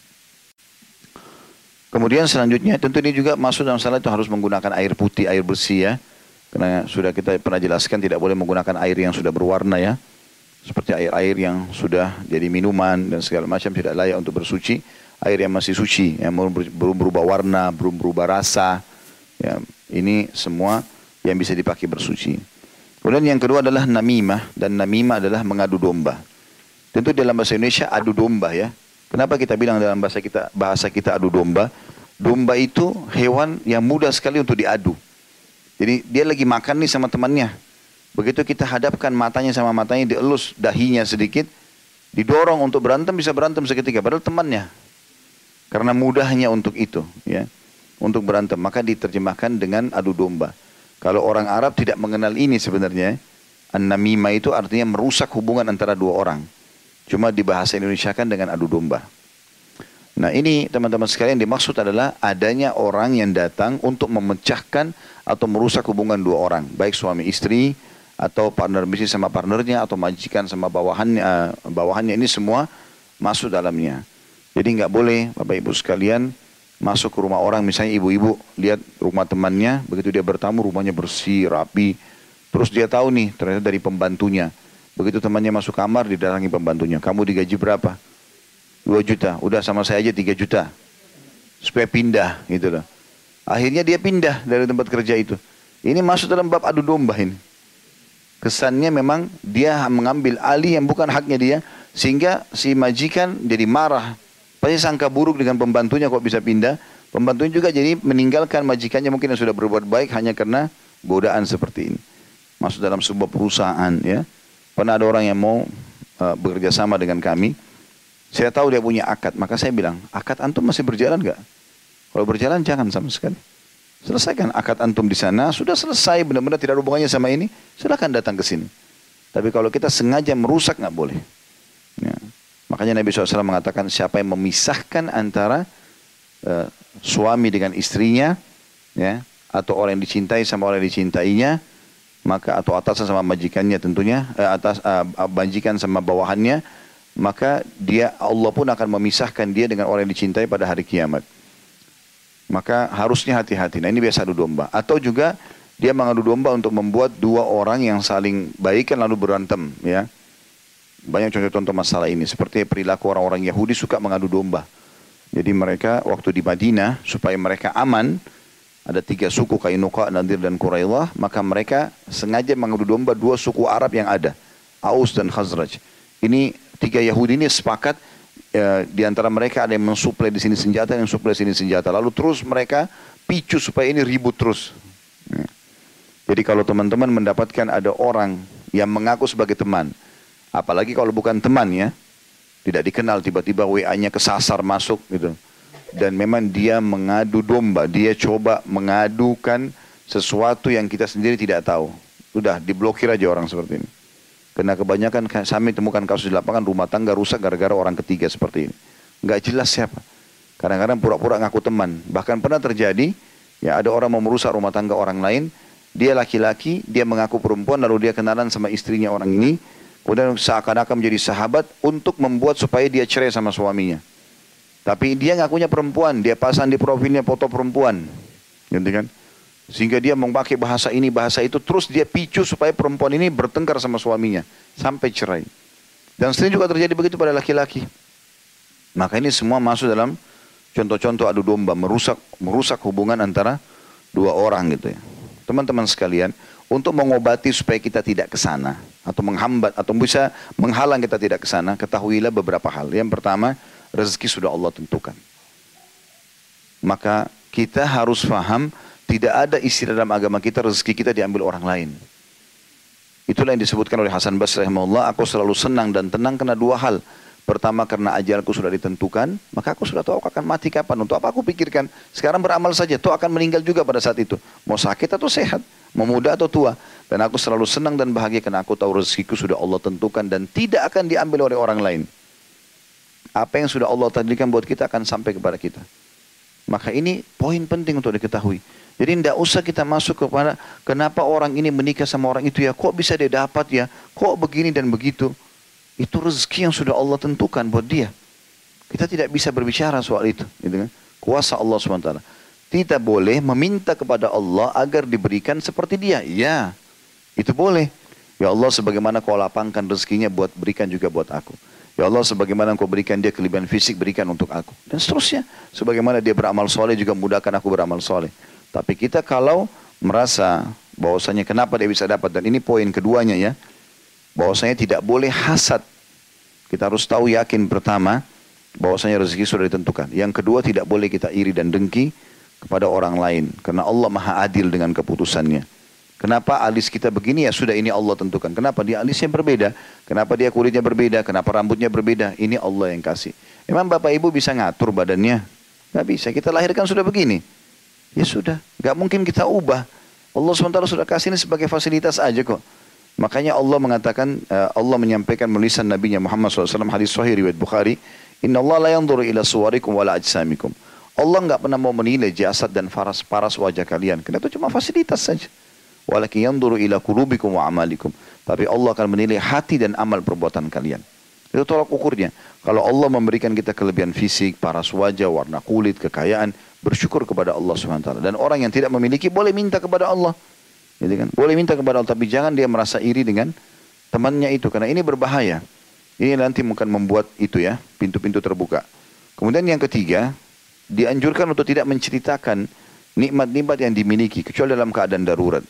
Kemudian selanjutnya tentu ini juga masuk dalam salah itu harus menggunakan air putih, air bersih ya. Karena sudah kita pernah jelaskan tidak boleh menggunakan air yang sudah berwarna ya. Seperti air-air yang sudah jadi minuman dan segala macam tidak layak untuk bersuci. Air yang masih suci, yang belum berubah warna, belum berubah rasa. Ya, ini semua yang bisa dipakai bersuci. Kemudian yang kedua adalah namimah. Dan namimah adalah mengadu domba. Tentu dalam bahasa Indonesia adu domba ya. Kenapa kita bilang dalam bahasa kita adu domba? Domba itu hewan yang mudah sekali untuk diadu. Jadi dia lagi makan nih sama temannya. Begitu kita hadapkan matanya sama matanya, dielus dahinya sedikit, didorong untuk berantem, bisa berantem seketika. Padahal temannya. Karena mudahnya untuk itu. Ya, untuk berantem. Maka diterjemahkan dengan adu domba. Kalau orang Arab tidak mengenal ini sebenarnya. An-namimah itu artinya merusak hubungan antara dua orang. Cuma di bahasa Indonesia kan dengan adu domba. Nah ini teman-teman sekalian dimaksud adalah adanya orang yang datang untuk memecahkan atau merusak hubungan dua orang. Baik suami istri atau partner bisnis sama partnernya atau majikan sama bawahannya ini semua masuk dalamnya. Jadi nggak boleh Bapak Ibu sekalian masuk ke rumah orang, misalnya ibu-ibu lihat rumah temannya, begitu dia bertamu rumahnya bersih, rapi. Terus dia tahu nih ternyata dari pembantunya. Begitu temannya masuk kamar, didatangi pembantunya. Kamu digaji berapa? 2 juta. Udah sama saya aja 3 juta. Supaya pindah gitu loh. Akhirnya dia pindah dari tempat kerja itu. Ini masuk dalam bab adu domba ini. Kesannya memang dia mengambil alih yang bukan haknya dia. Sehingga si majikan jadi marah. Pasti sangka buruk dengan pembantunya kok bisa pindah. Pembantunya juga jadi meninggalkan majikannya mungkin yang sudah berbuat baik hanya karena godaan seperti ini. Masuk dalam sebuah perusahaan ya. Pernah ada orang yang mau bekerja sama dengan kami. Saya tahu dia punya akad. Maka saya bilang, akad antum masih berjalan nggak? Kalau berjalan jangan sama sekali. Selesaikan akad antum di sana. Sudah selesai benar-benar tidak ada hubungannya sama ini. Silakan datang ke sini. Tapi kalau kita sengaja merusak nggak boleh. Ya. Makanya Nabi SAW mengatakan siapa yang memisahkan antara suami dengan istrinya. Ya, atau orang yang dicintai sama orang yang dicintainya. Maka atau atasan sama majikannya tentunya, majikan sama bawahannya, maka dia Allah pun akan memisahkan dia dengan orang yang dicintai pada hari kiamat. Maka harusnya hati-hati. Nah ini biasa adu domba. Atau juga dia mengadu domba untuk membuat dua orang yang saling baikan lalu berantem. Ya, banyak contoh-contoh masalah ini. Seperti perilaku orang-orang Yahudi suka mengadu domba. Jadi mereka waktu di Madinah supaya mereka aman. Ada 3 suku Kainuqa, Nadir dan Quraidah. Maka mereka sengaja mengadu domba 2 suku Arab yang ada. Aus dan Khazraj. Ini 3 Yahudi ini sepakat. Di antara mereka ada yang mensuplai di sini senjata, yang mensuplai di sini senjata. Lalu terus mereka picu supaya ini ribut terus. Jadi kalau teman-teman mendapatkan ada orang yang mengaku sebagai teman. Apalagi kalau bukan teman ya. Tidak dikenal tiba-tiba WA-nya kesasar masuk gitu. Dan memang dia mengadu domba, dia coba mengadukan sesuatu yang kita sendiri tidak tahu. Sudah diblokir aja orang seperti ini. Karena kebanyakan kami temukan kasus di lapangan rumah tangga rusak gara-gara orang ketiga seperti ini. Nggak jelas siapa. Kadang-kadang pura-pura ngaku teman. Bahkan pernah terjadi, ya ada orang mau merusak rumah tangga orang lain, dia laki-laki, dia mengaku perempuan, lalu dia kenalan sama istrinya orang ini, kemudian seakan-akan menjadi sahabat untuk membuat supaya dia cerai sama suaminya. Tapi dia ngakunya perempuan, dia pasang di profilnya foto perempuan, gitu kan? Sehingga dia memakai bahasa ini, bahasa itu, terus dia picu supaya perempuan ini bertengkar sama suaminya, sampai cerai. Dan sering juga terjadi begitu pada laki-laki. Maka ini semua masuk dalam contoh-contoh adu domba, merusak hubungan antara dua orang gitu ya. Teman-teman sekalian, untuk mengobati supaya kita tidak ke sana, atau menghambat, atau bisa menghalang kita tidak ke sana, ketahuilah beberapa hal. Yang pertama, rezeki sudah Allah tentukan. Maka kita harus paham, tidak ada istilah dalam agama kita rezeki kita diambil orang lain. Itulah yang disebutkan oleh Hasan Basri rahimahullah, aku selalu senang dan tenang karena dua hal. Pertama, karena ajalku sudah ditentukan, maka aku sudah tahu aku akan mati kapan. Untuk apa aku pikirkan? Sekarang beramal saja, toh akan meninggal juga pada saat itu. Mau sakit atau sehat, mau muda atau tua. Dan aku selalu senang dan bahagia karena aku tahu rezekiku sudah Allah tentukan dan tidak akan diambil oleh orang lain. Apa yang sudah Allah takdirkan buat kita akan sampai kepada kita. Maka ini poin penting untuk diketahui. Jadi tidak usah kita masuk kepada kenapa orang ini menikah sama orang itu ya, kok bisa dia dapat ya, kok begini dan begitu. Itu rezeki yang sudah Allah tentukan buat dia. Kita tidak bisa berbicara soal itu, gitu kan? Kuasa Allah SWT. Tidak boleh meminta kepada Allah agar diberikan seperti dia. Ya, itu boleh. Ya Allah, sebagaimana kau lapangkan rezekinya buat berikan juga buat aku. Ya Allah, sebagaimana kau berikan dia kelebihan fisik, berikan untuk aku. Dan seterusnya. Sebagaimana dia beramal soleh, juga mudahkan aku beramal soleh. Tapi kita kalau merasa bahwasanya kenapa dia bisa dapat, dan ini poin keduanya ya, bahwasanya tidak boleh hasad. Kita harus tahu yakin pertama bahwasanya rezeki sudah ditentukan. Yang kedua, tidak boleh kita iri dan dengki kepada orang lain. Karena Allah maha adil dengan keputusannya. Kenapa alis kita begini, ya sudah ini Allah tentukan. Kenapa dia alisnya berbeda? Kenapa dia kulitnya berbeda? Kenapa rambutnya berbeda? Ini Allah yang kasih. Emang bapak ibu bisa ngatur badannya? Nggak bisa, kita lahirkan sudah begini. Ya sudah, nggak mungkin kita ubah. Allah SWT sudah kasih ini sebagai fasilitas aja kok. Makanya Allah mengatakan, Allah menyampaikan melalui lisan Nabi Muhammad SAW hadis sahih riwayat Bukhari, Inna Allah la yanzuru ila suwarikum wala ajsamikum. Allah nggak pernah mau menilai jasad dan paras wajah kalian. Karena itu cuma fasilitas saja. Walakin yanzuru ila qulubikum wa amalikum. Tapi Allah akan menilai hati dan amal perbuatan kalian. Itu tolak ukurnya. Kalau Allah memberikan kita kelebihan fisik, paras wajah, warna kulit, kekayaan, bersyukur kepada Allah SWT. Dan orang yang tidak memiliki boleh minta kepada Allah. Gitu kan? Boleh minta kepada Allah, tapi jangan dia merasa iri dengan temannya itu. Karena ini berbahaya. Ini nanti mungkin membuat itu ya, pintu-pintu terbuka. Kemudian yang ketiga, dianjurkan untuk tidak menceritakan nikmat-nikmat yang dimiliki, kecuali dalam keadaan darurat.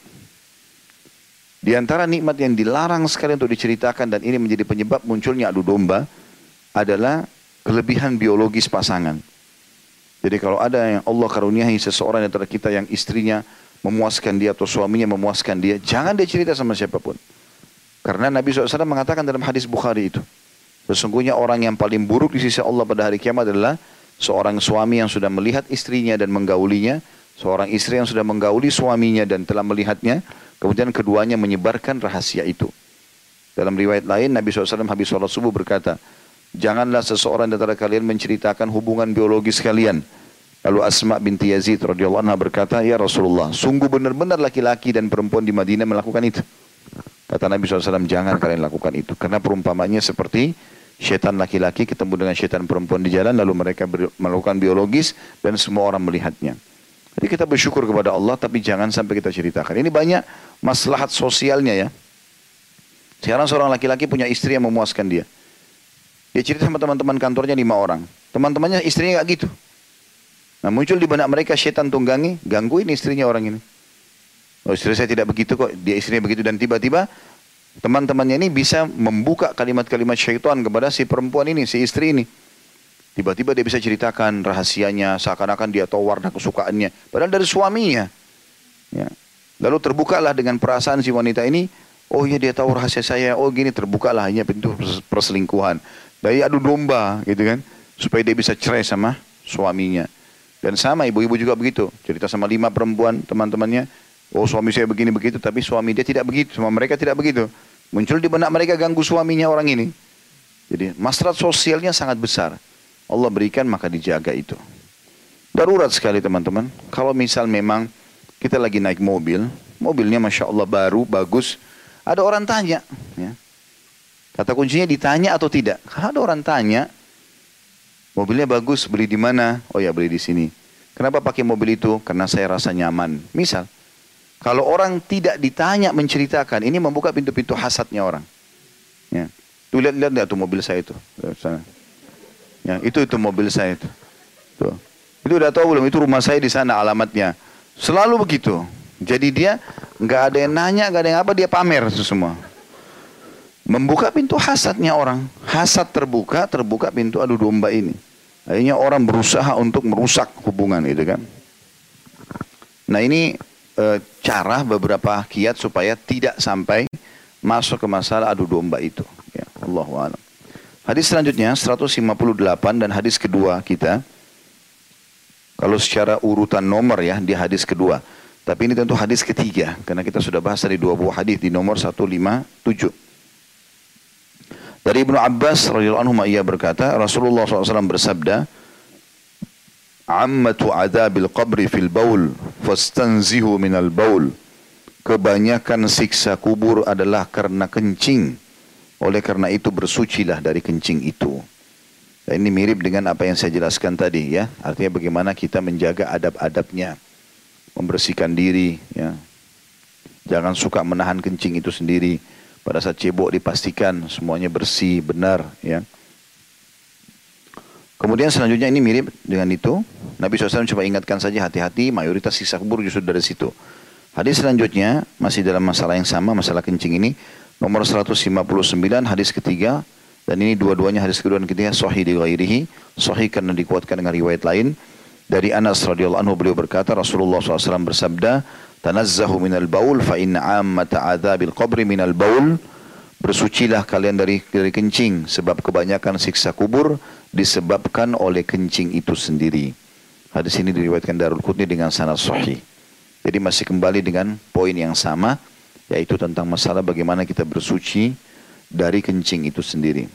Di antara nikmat yang dilarang sekali untuk diceritakan, dan ini menjadi penyebab munculnya adu domba, adalah kelebihan biologis pasangan. Jadi kalau ada yang Allah karuniai seseorang antara kita yang istrinya memuaskan dia atau suaminya memuaskan dia, jangan dia cerita sama siapapun. Karena Nabi SAW mengatakan dalam hadis Bukhari itu, sesungguhnya orang yang paling buruk di sisi Allah pada hari kiamat adalah seorang suami yang sudah melihat istrinya dan menggaulinya, seorang istri yang sudah menggauli suaminya dan telah melihatnya, kemudian keduanya menyebarkan rahasia itu. Dalam riwayat lain, Nabi SAW habis sholat subuh berkata, janganlah seseorang di antara kalian menceritakan hubungan biologis kalian. Lalu Asma binti Yazid radhiyallahu anha berkata, ya Rasulullah, sungguh benar-benar laki-laki dan perempuan di Madinah melakukan itu. Kata Nabi SAW, jangan kalian lakukan itu. Karena perumpamannya seperti syaitan laki-laki ketemu dengan syaitan perempuan di jalan, lalu mereka melakukan biologis dan semua orang melihatnya. Jadi kita bersyukur kepada Allah, tapi jangan sampai kita ceritakan. Ini banyak maslahat sosialnya ya. Sekarang seorang laki-laki punya istri yang memuaskan dia. Dia cerita sama teman-teman kantornya 5 orang. Teman-temannya istrinya gak gitu. Nah muncul di benak mereka syaitan tunggangi, gangguin istrinya orang ini. Oh istri saya tidak begitu kok, dia istrinya begitu. Dan tiba-tiba teman-temannya ini bisa membuka kalimat-kalimat syaitan kepada si perempuan ini, si istri ini. Tiba-tiba dia bisa ceritakan rahasianya, seakan-akan dia tahu warna kesukaannya. Padahal dari suaminya. Ya. Lalu terbukalah dengan perasaan si wanita ini, oh iya dia tahu rahasia saya, oh gini, terbukalah hanya pintu perselingkuhan. Dari adu domba gitu kan, supaya dia bisa cerai sama suaminya. Dan sama ibu-ibu juga begitu, cerita sama 5 perempuan teman-temannya, oh suami saya begini begitu, tapi suami dia tidak begitu, sama mereka tidak begitu. Muncul di benak mereka ganggu suaminya orang ini. Jadi maslahat sosialnya sangat besar. Allah berikan maka dijaga itu. Darurat sekali teman-teman. Kalau misal memang kita lagi naik mobil, mobilnya Masya Allah baru, bagus. Ada orang tanya, ya. Kata kuncinya ditanya atau tidak. Kalau ada orang tanya, mobilnya bagus, beli di mana? Oh ya beli di sini. Kenapa pakai mobil itu? Karena saya rasa nyaman. Misal, kalau orang tidak ditanya menceritakan, ini membuka pintu-pintu hasadnya orang. Ya. Tuh lihat tuh mobil saya itu. Ya, itu mobil saya itu. Tuh. Itu udah tahu belum? Itu rumah saya di sana alamatnya. Selalu begitu. Jadi dia nggak ada yang nanya, nggak ada yang apa, dia pamer itu semua. Membuka pintu hasadnya orang. Hasad terbuka pintu adu domba ini. Akhirnya orang berusaha untuk merusak hubungan itu kan. Nah ini cara beberapa kiat supaya tidak sampai masuk ke masalah adu domba itu. Ya, Allahu a'lam. Hadis selanjutnya 158 dan hadis kedua kita. Kalau secara urutan nomor ya di hadis kedua. Tapi ini tentu hadis ketiga. Karena kita sudah bahas dari dua buah hadis di nomor 157. Dari Ibnu Abbas radhiyallahu anhu ia berkata, Rasulullah SAW bersabda, "Ammatu adzabil qabri fil baul, fastanzihu minal baul." Kebanyakan siksa kubur adalah karena kencing. Oleh karena itu bersucilah dari kencing itu. Dan ini mirip dengan apa yang saya jelaskan tadi ya. Artinya bagaimana kita menjaga adab-adabnya, membersihkan diri ya. Jangan suka menahan kencing itu sendiri. Pada saat cebok dipastikan semuanya bersih, benar ya. Kemudian selanjutnya ini mirip dengan itu. Nabi SAW coba ingatkan saja hati-hati, mayoritas siksa kubur justru dari situ. Hadis selanjutnya masih dalam masalah yang sama, masalah kencing ini. Nomor 159 hadis ketiga. Dan ini dua-duanya hadis kedua dan ketiga sahih di ghairihi. Sahih karena dikuatkan dengan riwayat lain. Dari Anas radhiyallahu anhu beliau berkata, Rasulullah SAW bersabda, "Tanazzahu minal baul fa inna ammata adzabil qabri minal baul." Bersucilah kalian dari kencing, sebab kebanyakan siksa kubur disebabkan oleh kencing itu sendiri. Hadis ini diriwayatkan Darul Qutni dengan sanad sahih. Jadi masih kembali dengan poin yang sama, yaitu tentang masalah bagaimana kita bersuci dari kencing itu sendiri.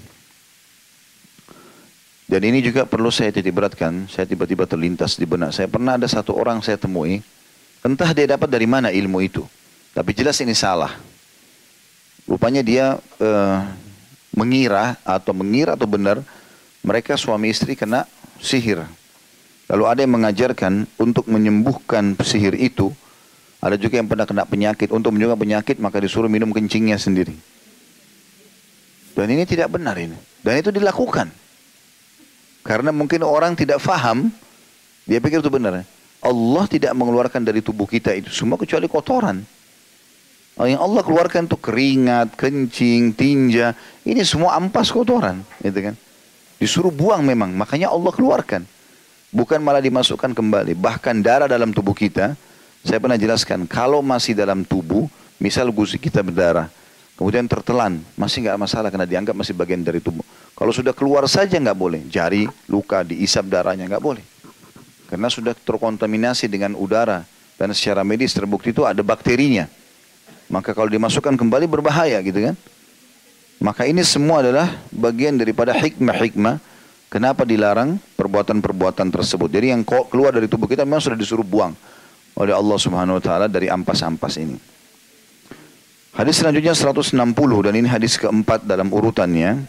Dan ini juga perlu saya titik beratkan, saya tiba-tiba terlintas di benak saya. Pernah ada satu orang saya temui, entah dia dapat dari mana ilmu itu. Tapi jelas ini salah. Rupanya dia mengira atau benar mereka suami istri kena sihir. Lalu ada yang mengajarkan untuk menyembuhkan sihir itu. Ada juga yang pernah kena penyakit. Untuk menyembuhkan penyakit maka disuruh minum kencingnya sendiri. Dan ini tidak benar ini. Dan itu dilakukan. Karena mungkin orang tidak faham. Dia pikir itu benar. Allah tidak mengeluarkan dari tubuh kita itu semua kecuali kotoran. Yang Allah keluarkan itu keringat, kencing, tinja. Ini semua ampas kotoran. Gitu kan? Disuruh buang memang. Makanya Allah keluarkan. Bukan malah dimasukkan kembali. Bahkan darah dalam tubuh kita. Saya pernah jelaskan. Kalau masih dalam tubuh. Misal gusi kita berdarah. Kemudian tertelan. Masih nggak masalah karena dianggap masih bagian dari tubuh. Kalau sudah keluar saja nggak boleh. Jari, luka, diisap darahnya nggak boleh. Karena sudah terkontaminasi dengan udara. Dan secara medis terbukti itu ada bakterinya. Maka kalau dimasukkan kembali berbahaya gitu kan. Maka ini semua adalah bagian daripada hikmah-hikmah. Kenapa dilarang perbuatan-perbuatan tersebut. Jadi yang keluar dari tubuh kita memang sudah disuruh buang. Oleh Allah Subhanahu Wa Taala dari ampas-ampas ini. Hadis selanjutnya 160 dan ini hadis keempat dalam urutannya.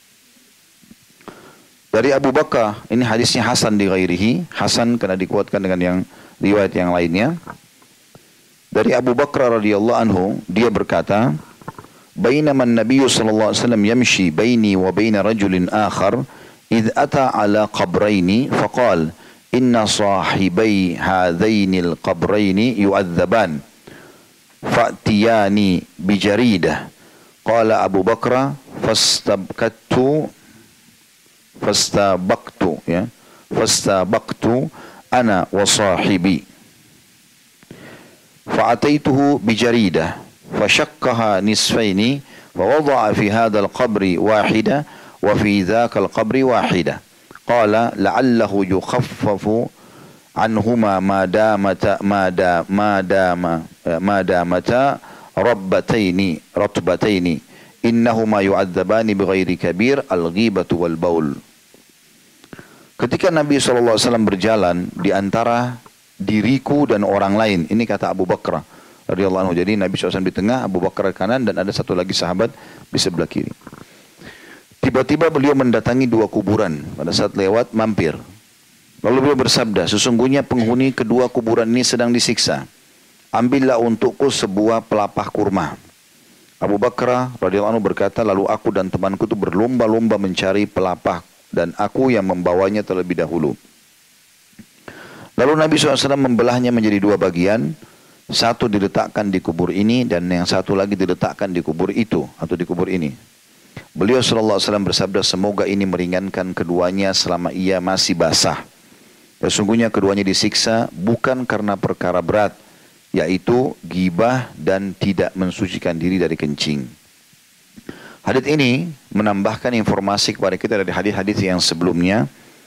Dari Abu Bakar, ini hadisnya Hasan di ghairihi. Hasan karena dikuatkan dengan yang riwayat yang lainnya. Dari Abu Bakar radhiyallahu anhu, dia berkata, "Bainama an-nabiy sallallahu alaihi wasallam yamshi baini wa baina rajulin akhar, idh ata ala qabraini faqala, inna sahibai hadaini al-qabraini yu'adzaban, fa'tiyani bijaridah." Qala Abu Bakar, fastabaqtu ana wa sahibi. فأتيته بجريدة فشقها نصفين فوضع في هذا القبر واحدة وفي ذاك القبر واحدة قال لعله يخفف عنهما ما دامتا رطبتين إنهما يعذبان بغير كبير الغيبة والبول. Ketika Nabi SAW berjalan di antara diriku dan orang lain, ini kata Abu Bakar radhiyallahu anhu. Jadi Nabi SAW di tengah, Abu Bakar di kanan, dan ada satu lagi sahabat di sebelah kiri. Tiba-tiba beliau mendatangi dua kuburan. Pada saat lewat, mampir. Lalu beliau bersabda, sesungguhnya penghuni kedua kuburan ini sedang disiksa. Ambillah untukku sebuah pelapah kurma. Abu Bakar radhiyallahu anhu berkata, lalu aku dan temanku itu berlomba-lomba mencari pelapah, dan aku yang membawanya terlebih dahulu. Lalu Nabi SAW membelahnya menjadi dua bagian. Satu diletakkan di kubur ini, dan yang satu lagi diletakkan di kubur itu, atau di kubur ini. Beliau SAW bersabda, semoga ini meringankan keduanya selama ia masih basah. Sesungguhnya keduanya disiksa bukan karena perkara berat, yaitu ghibah dan tidak mensucikan diri dari kencing. Hadits ini menambahkan informasi kepada kita dari hadits-hadits yang sebelumnya.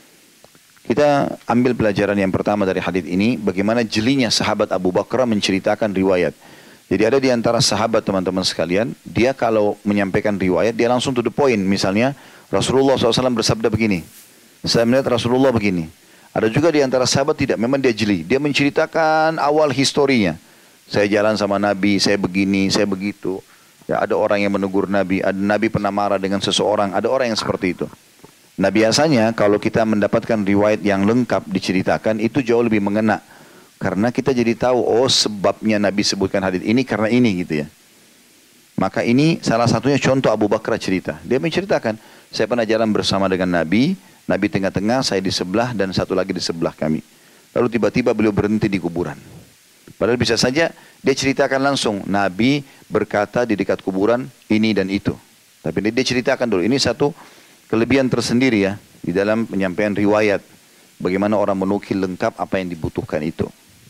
Kita ambil pelajaran yang pertama dari hadits ini, bagaimana jelinya sahabat Abu Bakar menceritakan riwayat. Jadi ada di antara sahabat teman-teman sekalian, dia kalau menyampaikan riwayat, dia langsung to the point. Misalnya, Rasulullah SAW bersabda begini, saya melihat Rasulullah begini. Ada juga di antara sahabat tidak, memang dia jeli. Dia menceritakan awal historinya. Saya jalan sama Nabi, saya begini, saya begitu. Ya, ada orang yang menegur Nabi, ada Nabi pernah marah dengan seseorang, ada orang yang seperti itu. Nah biasanya kalau kita mendapatkan riwayat yang lengkap diceritakan, itu jauh lebih mengena. Karena kita jadi tahu, oh sebabnya Nabi sebutkan hadits ini karena ini gitu ya. Maka ini salah satunya contoh Abu Bakar cerita. Dia menceritakan, saya pernah jalan bersama dengan Nabi, Nabi tengah-tengah, saya di sebelah, dan satu lagi di sebelah kami. Lalu tiba-tiba beliau berhenti di kuburan. Padahal bisa saja dia ceritakan langsung, Nabi berkata di dekat kuburan ini dan itu. Tapi dia ceritakan dulu, ini satu kelebihan tersendiri ya, di dalam penyampaian riwayat. Bagaimana orang menukil lengkap apa yang dibutuhkan itu.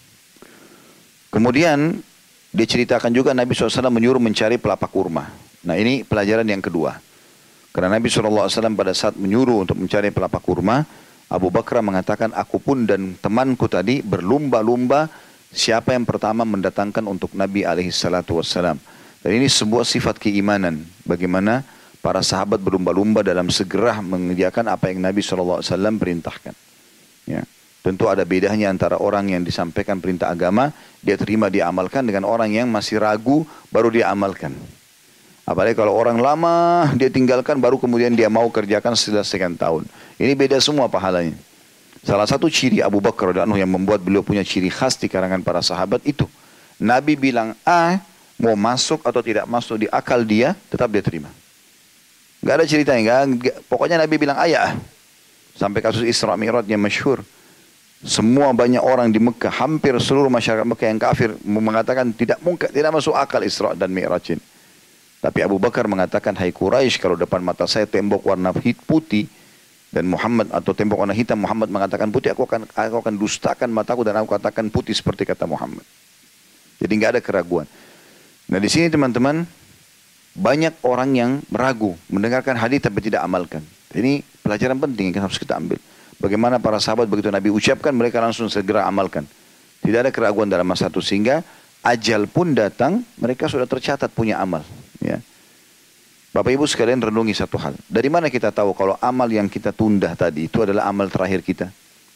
Kemudian dia ceritakan juga Nabi SAW menyuruh mencari pelapa kurma. Nah ini pelajaran yang kedua. Karena Nabi SAW pada saat menyuruh untuk mencari pelapa kurma, Abu Bakar mengatakan, aku pun dan temanku tadi berlumba-lumba siapa yang pertama mendatangkan untuk Nabi SAW. Dan ini sebuah sifat keimanan. Bagaimana para sahabat berlumba-lumba dalam segera mengerjakan apa yang Nabi SAW perintahkan. Ya. Tentu ada bedanya antara orang yang disampaikan perintah agama, dia terima, dia amalkan, dengan orang yang masih ragu, baru dia amalkan. Apalagi kalau orang lama dia tinggalkan, baru kemudian dia mau kerjakan setelah sekian tahun. Ini beda semua pahalanya. Salah satu ciri Abu Bakar yang membuat beliau punya ciri khas di kalangan para sahabat itu. Nabi bilang A, mau masuk atau tidak masuk di akal dia, tetap dia terima. Gak ada ceritanya. Pokoknya Nabi bilang A ya. Sampai kasus Isra Mi'raj yang masyhur. Semua banyak orang di Mekah, hampir seluruh masyarakat Mekah yang kafir mengatakan tidak mungkin, tidak masuk akal Isra dan Mi'raj ini. Tapi Abu Bakar mengatakan, hai Quraisy, kalau depan mata saya tembok warna putih dan Muhammad, atau tembok warna hitam, Muhammad mengatakan putih, aku akan dustakan mataku dan aku katakan putih seperti kata Muhammad. Jadi nggak ada keraguan. Nah di sini teman-teman, banyak orang yang meragu mendengarkan hadis tapi tidak amalkan. Ini pelajaran penting yang harus kita ambil. Bagaimana para sahabat begitu Nabi ucapkan, mereka langsung segera amalkan. Tidak ada keraguan dalam masa itu, sehingga ajal pun datang, mereka sudah tercatat punya amal. Ya. Bapak Ibu sekalian renungi satu hal. Dari mana kita tahu kalau amal yang kita tunda tadi itu adalah amal terakhir kita?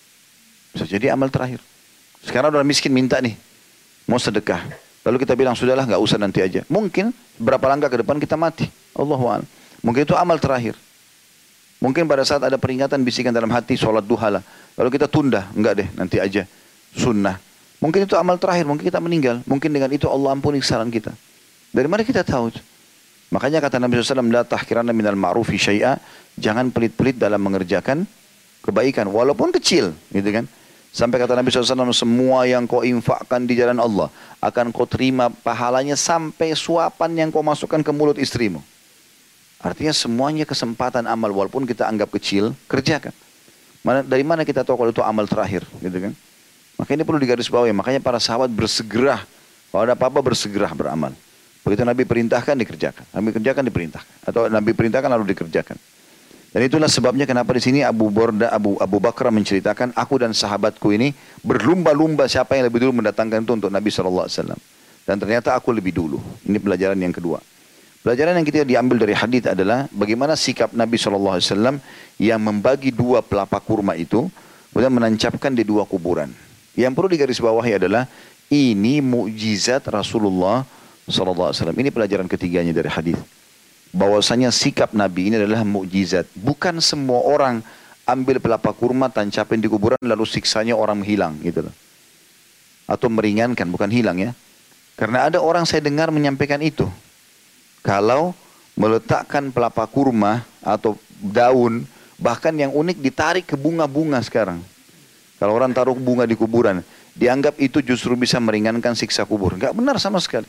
Bisa jadi amal terakhir. Sekarang orang miskin minta nih, mau sedekah. Lalu kita bilang, sudahlah nggak usah nanti aja. Mungkin berapa langkah ke depan kita mati. Allahu a'lam. Mungkin itu amal terakhir. Mungkin pada saat ada peringatan bisikan dalam hati, sholat duha lah. Lalu kita tunda, enggak deh nanti aja. Sunnah. Mungkin itu amal terakhir, mungkin kita meninggal. Mungkin dengan itu Allah ampuni kesalahan kita. Dari mana kita tahu itu? Makanya kata Nabi SAW, la tahkiranna minal ma'rufi syai'a, jangan pelit-pelit dalam mengerjakan kebaikan, walaupun kecil, gitu kan. Sampai kata Nabi SAW, semua yang kau infakkan di jalan Allah, akan kau terima pahalanya sampai suapan yang kau masukkan ke mulut istrimu. Artinya semuanya kesempatan amal, walaupun kita anggap kecil, kerjakan. Dari mana kita tahu kalau itu amal terakhir, gitu kan. Maka ini perlu digarisbawahi, makanya para sahabat bersegera, kalau ada apa-apa bersegera beramal. Begitu Nabi perintahkan, dikerjakan. Nabi kerjakan, diperintahkan. Atau Nabi perintahkan, lalu dikerjakan. Dan itulah sebabnya kenapa di sini Abu Bakar menceritakan, aku dan sahabatku ini berlumba-lumba siapa yang lebih dulu mendatangkan itu untuk Nabi SAW. Dan ternyata aku lebih dulu. Ini pelajaran yang kedua. Pelajaran yang kita diambil dari hadis adalah bagaimana sikap Nabi SAW yang membagi dua pelapa kurma itu, kemudian menancapkan di dua kuburan. Yang perlu digarisbawahi adalah ini mukjizat Rasulullah SAW. Ini pelajaran ketiganya dari hadis. Bahwasanya sikap Nabi ini adalah mukjizat. Bukan semua orang ambil pelapa kurma, tancapin di kuburan, lalu siksanya orang hilang gitu loh. Atau meringankan, bukan hilang ya. Karena ada orang saya dengar menyampaikan itu. Kalau meletakkan pelapa kurma atau daun, bahkan yang unik ditarik ke bunga-bunga sekarang. Kalau orang taruh bunga di kuburan, dianggap itu justru bisa meringankan siksa kubur. Enggak benar sama sekali.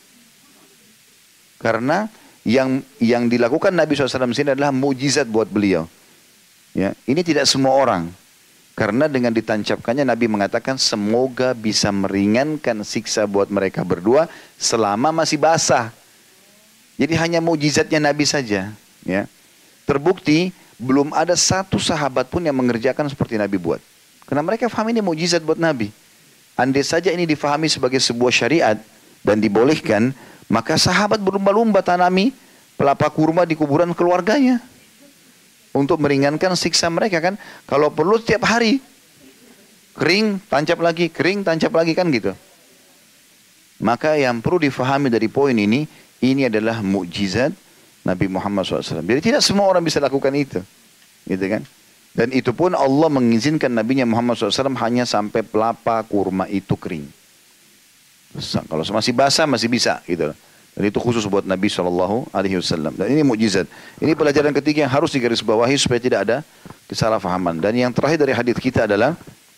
Karena yang dilakukan Nabi SAW sini adalah mukjizat buat beliau. Ya, ini tidak semua orang. Karena dengan ditancapkannya Nabi mengatakan semoga bisa meringankan siksa buat mereka berdua selama masih basah. Jadi hanya mukjizatnya Nabi saja. Ya. Terbukti belum ada satu sahabat pun yang mengerjakan seperti Nabi buat. Karena mereka faham ini mukjizat buat Nabi. Andai saja ini difahami sebagai sebuah syariat dan dibolehkan, maka sahabat berlumba-lumba tanami pelapa kurma di kuburan keluarganya. Untuk meringankan siksa mereka kan. Kalau perlu setiap hari. Kering, tancap lagi kan gitu. Maka yang perlu difahami dari poin ini adalah mukjizat Nabi Muhammad SAW. Jadi tidak semua orang bisa lakukan itu. Gitu kan. Dan itu pun Allah mengizinkan Nabi Muhammad SAW hanya sampai pelapa kurma itu kering. Kalau masih basah masih bisa gitu. Dan itu khusus buat Nabi SAW. Dan ini mukjizat. Ini pelajaran ketiga yang harus digarisbawahi supaya tidak ada kesalahpahaman. Dan yang terakhir dari hadis kita adalah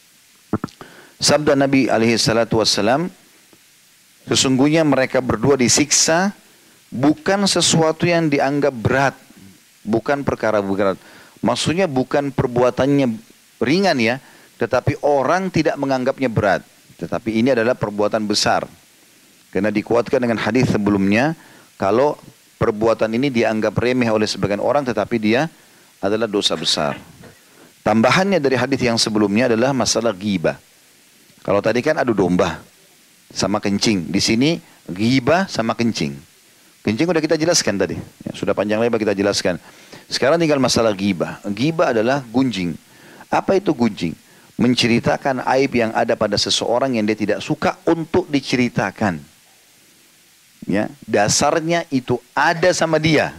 sabda Nabi SAW, sesungguhnya mereka berdua disiksa bukan sesuatu yang dianggap berat, bukan perkara berat. Maksudnya bukan perbuatannya ringan ya, tetapi orang tidak menganggapnya berat. Tetapi ini adalah perbuatan besar. Karena dikuatkan dengan hadis sebelumnya, kalau perbuatan ini dianggap remeh oleh sebagian orang, tetapi dia adalah dosa besar. Tambahannya dari hadis yang sebelumnya adalah masalah ghibah. Kalau tadi kan adu domba sama kencing, di sini ghibah sama kencing. Kencing sudah kita jelaskan tadi, ya, sudah panjang lebar kita jelaskan. Sekarang tinggal masalah ghibah. Ghibah adalah gunjing. Apa itu gunjing? Menceritakan aib yang ada pada seseorang yang dia tidak suka untuk diceritakan. Ya, dasarnya itu ada sama dia.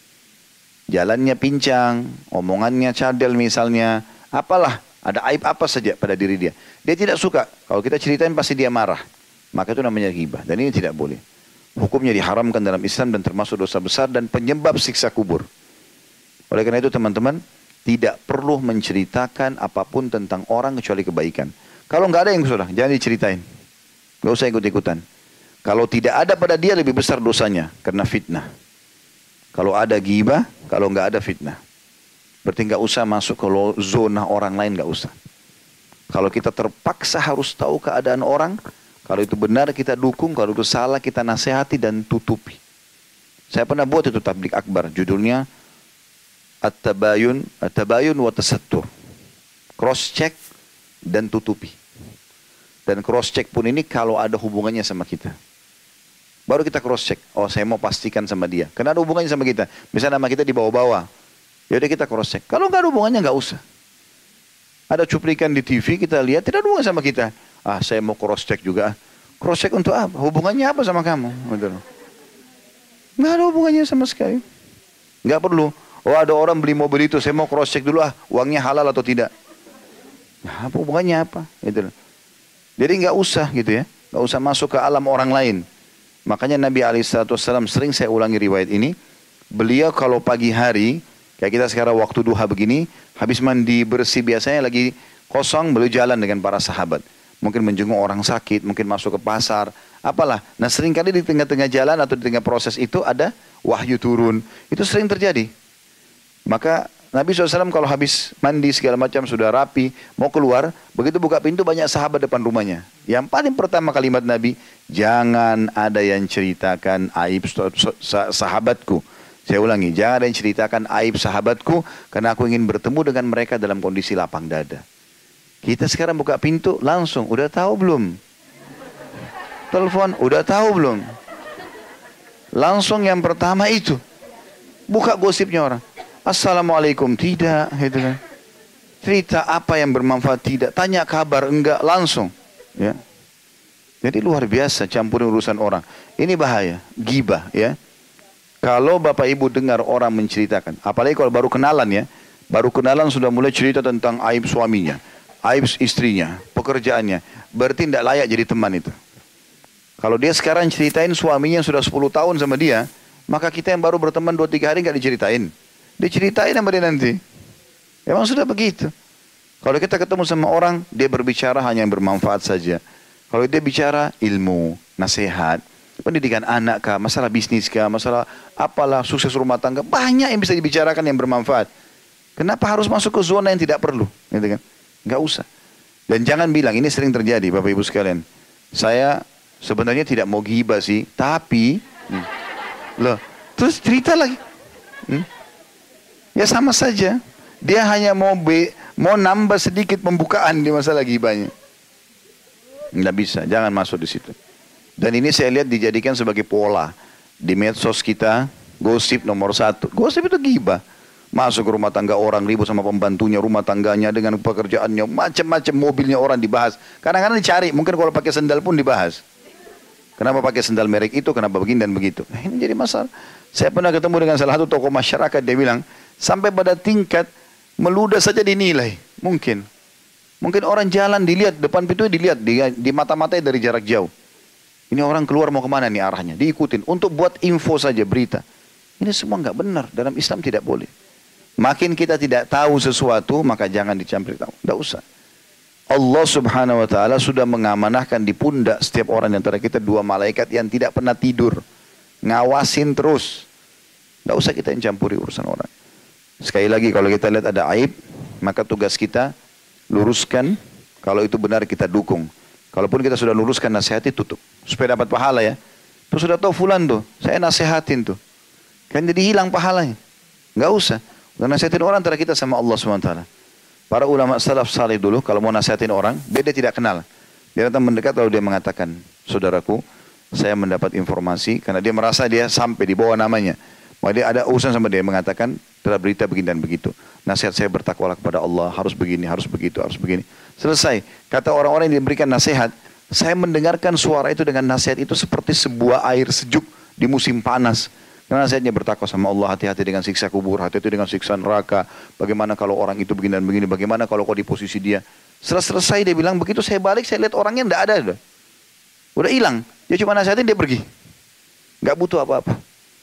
Jalannya pincang, omongannya cadel misalnya, apalah, ada aib apa saja pada diri dia. Dia tidak suka. Kalau kita ceritain pasti dia marah. Maka itu namanya ghibah. Dan ini tidak boleh. Hukumnya diharamkan dalam Islam dan termasuk dosa besar dan penyebab siksa kubur. Oleh karena itu teman-teman, tidak perlu menceritakan apapun tentang orang kecuali kebaikan. Kalau nggak ada yang sudah, jangan diceritain. Nggak usah ikut-ikutan. Kalau tidak ada pada dia lebih besar dosanya karena fitnah. Kalau ada ghibah, kalau nggak ada fitnah. Berarti nggak usah masuk ke zona orang lain, nggak usah. Kalau kita terpaksa harus tahu keadaan orang, kalau itu benar kita dukung, kalau itu salah kita nasihati dan tutupi. Saya pernah buat itu tablik akbar, judulnya At-Tabayun wa Tasattur. Cross check dan tutupi. Dan cross check pun ini kalau ada hubungannya sama kita. Baru kita cross check. Oh, saya mau pastikan sama dia. Karena ada hubungannya sama kita. Misalnya nama kita dibawa-bawa. Yaudah kita cross check. Kalau nggak ada hubungannya nggak usah. Ada cuplikan di TV kita lihat tidak ada hubungan sama kita. Ah, saya mau cross check juga. Cross check untuk apa? Hubungannya apa sama kamu? Nggak ada hubungannya sama sekali. Nggak perlu. Oh, ada orang beli mobil itu, saya mau cross check dulu uangnya halal atau tidak. Nah, apa hubungannya apa? Gitu. Jadi nggak usah gitu ya. Nggak usah masuk ke alam orang lain. Makanya Nabi SAW sering saya ulangi riwayat ini. Beliau kalau pagi hari, kayak kita sekarang waktu duha begini, habis mandi bersih biasanya lagi kosong, beliau jalan dengan para sahabat. Mungkin menjenguk orang sakit, mungkin masuk ke pasar, apalah. Nah seringkali di tengah-tengah jalan atau di tengah proses itu ada wahyu turun. Itu sering terjadi. Maka Nabi SAW kalau habis mandi segala macam sudah rapi, mau keluar, begitu buka pintu banyak sahabat depan rumahnya. Yang paling pertama kalimat Nabi, jangan ada yang ceritakan aib sahabatku. Saya ulangi, jangan ada yang ceritakan aib sahabatku, karena aku ingin bertemu dengan mereka dalam kondisi lapang dada. Kita sekarang buka pintu langsung, udah tahu belum? Telepon, udah tahu belum? Langsung yang pertama itu. Buka gosipnya orang. Assalamualaikum, tidak, gitu kan. Cerita apa yang bermanfaat, tidak. Tanya kabar, enggak, langsung. Ya. Jadi luar biasa campurin urusan orang. Ini bahaya, ghibah ya. Kalau Bapak Ibu dengar orang menceritakan, apalagi kalau baru kenalan ya. Baru kenalan sudah mulai cerita tentang aib suaminya, aib istrinya, pekerjaannya. Berarti tidak layak jadi teman itu. Kalau dia sekarang ceritain suaminya sudah 10 tahun sama dia, maka kita yang baru berteman 2-3 hari nggak diceritain. Diceritain sama dia nanti. Emang sudah begitu. Kalau kita ketemu sama orang, dia berbicara hanya yang bermanfaat saja. Kalau dia bicara ilmu, nasihat, pendidikan anak kah, masalah bisnis kah, masalah apalah, sukses rumah tangga, banyak yang bisa dibicarakan yang bermanfaat. Kenapa harus masuk ke zona yang tidak perlu? Gitu kan? Nggak usah. Dan jangan bilang, ini sering terjadi Bapak Ibu sekalian. Saya sebenarnya tidak mau ghibah sih, tapi loh, terus cerita lagi. Ya sama saja. Dia hanya mau nambah sedikit pembukaan di masalah ghibahnya. Nggak bisa, jangan masuk di situ. Dan ini saya lihat dijadikan sebagai pola di medsos kita, gosip nomor 1. Gosip itu ghibah. Masuk ke rumah tangga orang, ribut sama pembantunya, rumah tangganya dengan pekerjaannya, macam-macam mobilnya orang dibahas. Kadang-kadang dicari, mungkin kalau pakai sendal pun dibahas. Kenapa pakai sendal merek itu, kenapa begini dan begitu. Ini jadi masalah. Saya pernah ketemu dengan salah satu tokoh masyarakat, dia bilang, sampai pada tingkat meludah saja dinilai. Mungkin orang jalan dilihat, depan pintu dilihat, di mata-matanya dari jarak jauh. Ini orang keluar mau kemana nih arahnya, diikutin. Untuk buat info saja, berita. Ini semua nggak benar, dalam Islam tidak boleh. Makin kita tidak tahu sesuatu, maka jangan dicampur tahu. Tidak usah. Allah subhanahu wa ta'ala sudah mengamanahkan di pundak setiap orang di antara kita 2 malaikat yang tidak pernah tidur. Ngawasin terus. Tidak usah kita yang campuri urusan orang. Sekali lagi kalau kita lihat ada aib, maka tugas kita luruskan. Kalau itu benar kita dukung. Kalaupun kita sudah luruskan, nasihati, tutup. Supaya dapat pahala ya. Terus sudah tahu fulan tuh, saya nasihatin tuh. Kan jadi hilang pahalanya. Nggak usah. Udah nasihatin orang antara kita sama Allah SWT. Para ulama salaf salih dulu, kalau mau nasihatin orang, dia tidak kenal. Dia datang mendekat lalu dia mengatakan, saudaraku, saya mendapat informasi, karena dia merasa dia sampai di bawah namanya. Maka dia ada urusan sama dia, mengatakan, telah berita begini dan begitu. Nasihat saya bertakwalah kepada Allah, harus begini, harus begitu, harus begini. Selesai. Kata orang-orang yang diberikan nasihat, saya mendengarkan suara itu dengan nasihat itu seperti sebuah air sejuk di musim panas. Karena nasihatnya bertakwa sama Allah, hati-hati dengan siksa kubur, hati-hati dengan siksa neraka. Bagaimana kalau orang itu begini dan begini, bagaimana kalau kau di posisi dia. Setelah selesai dia bilang, begitu saya balik, saya lihat orangnya tidak ada. Udah hilang. Dia cuma nasihatin, dia pergi. Nggak butuh apa-apa.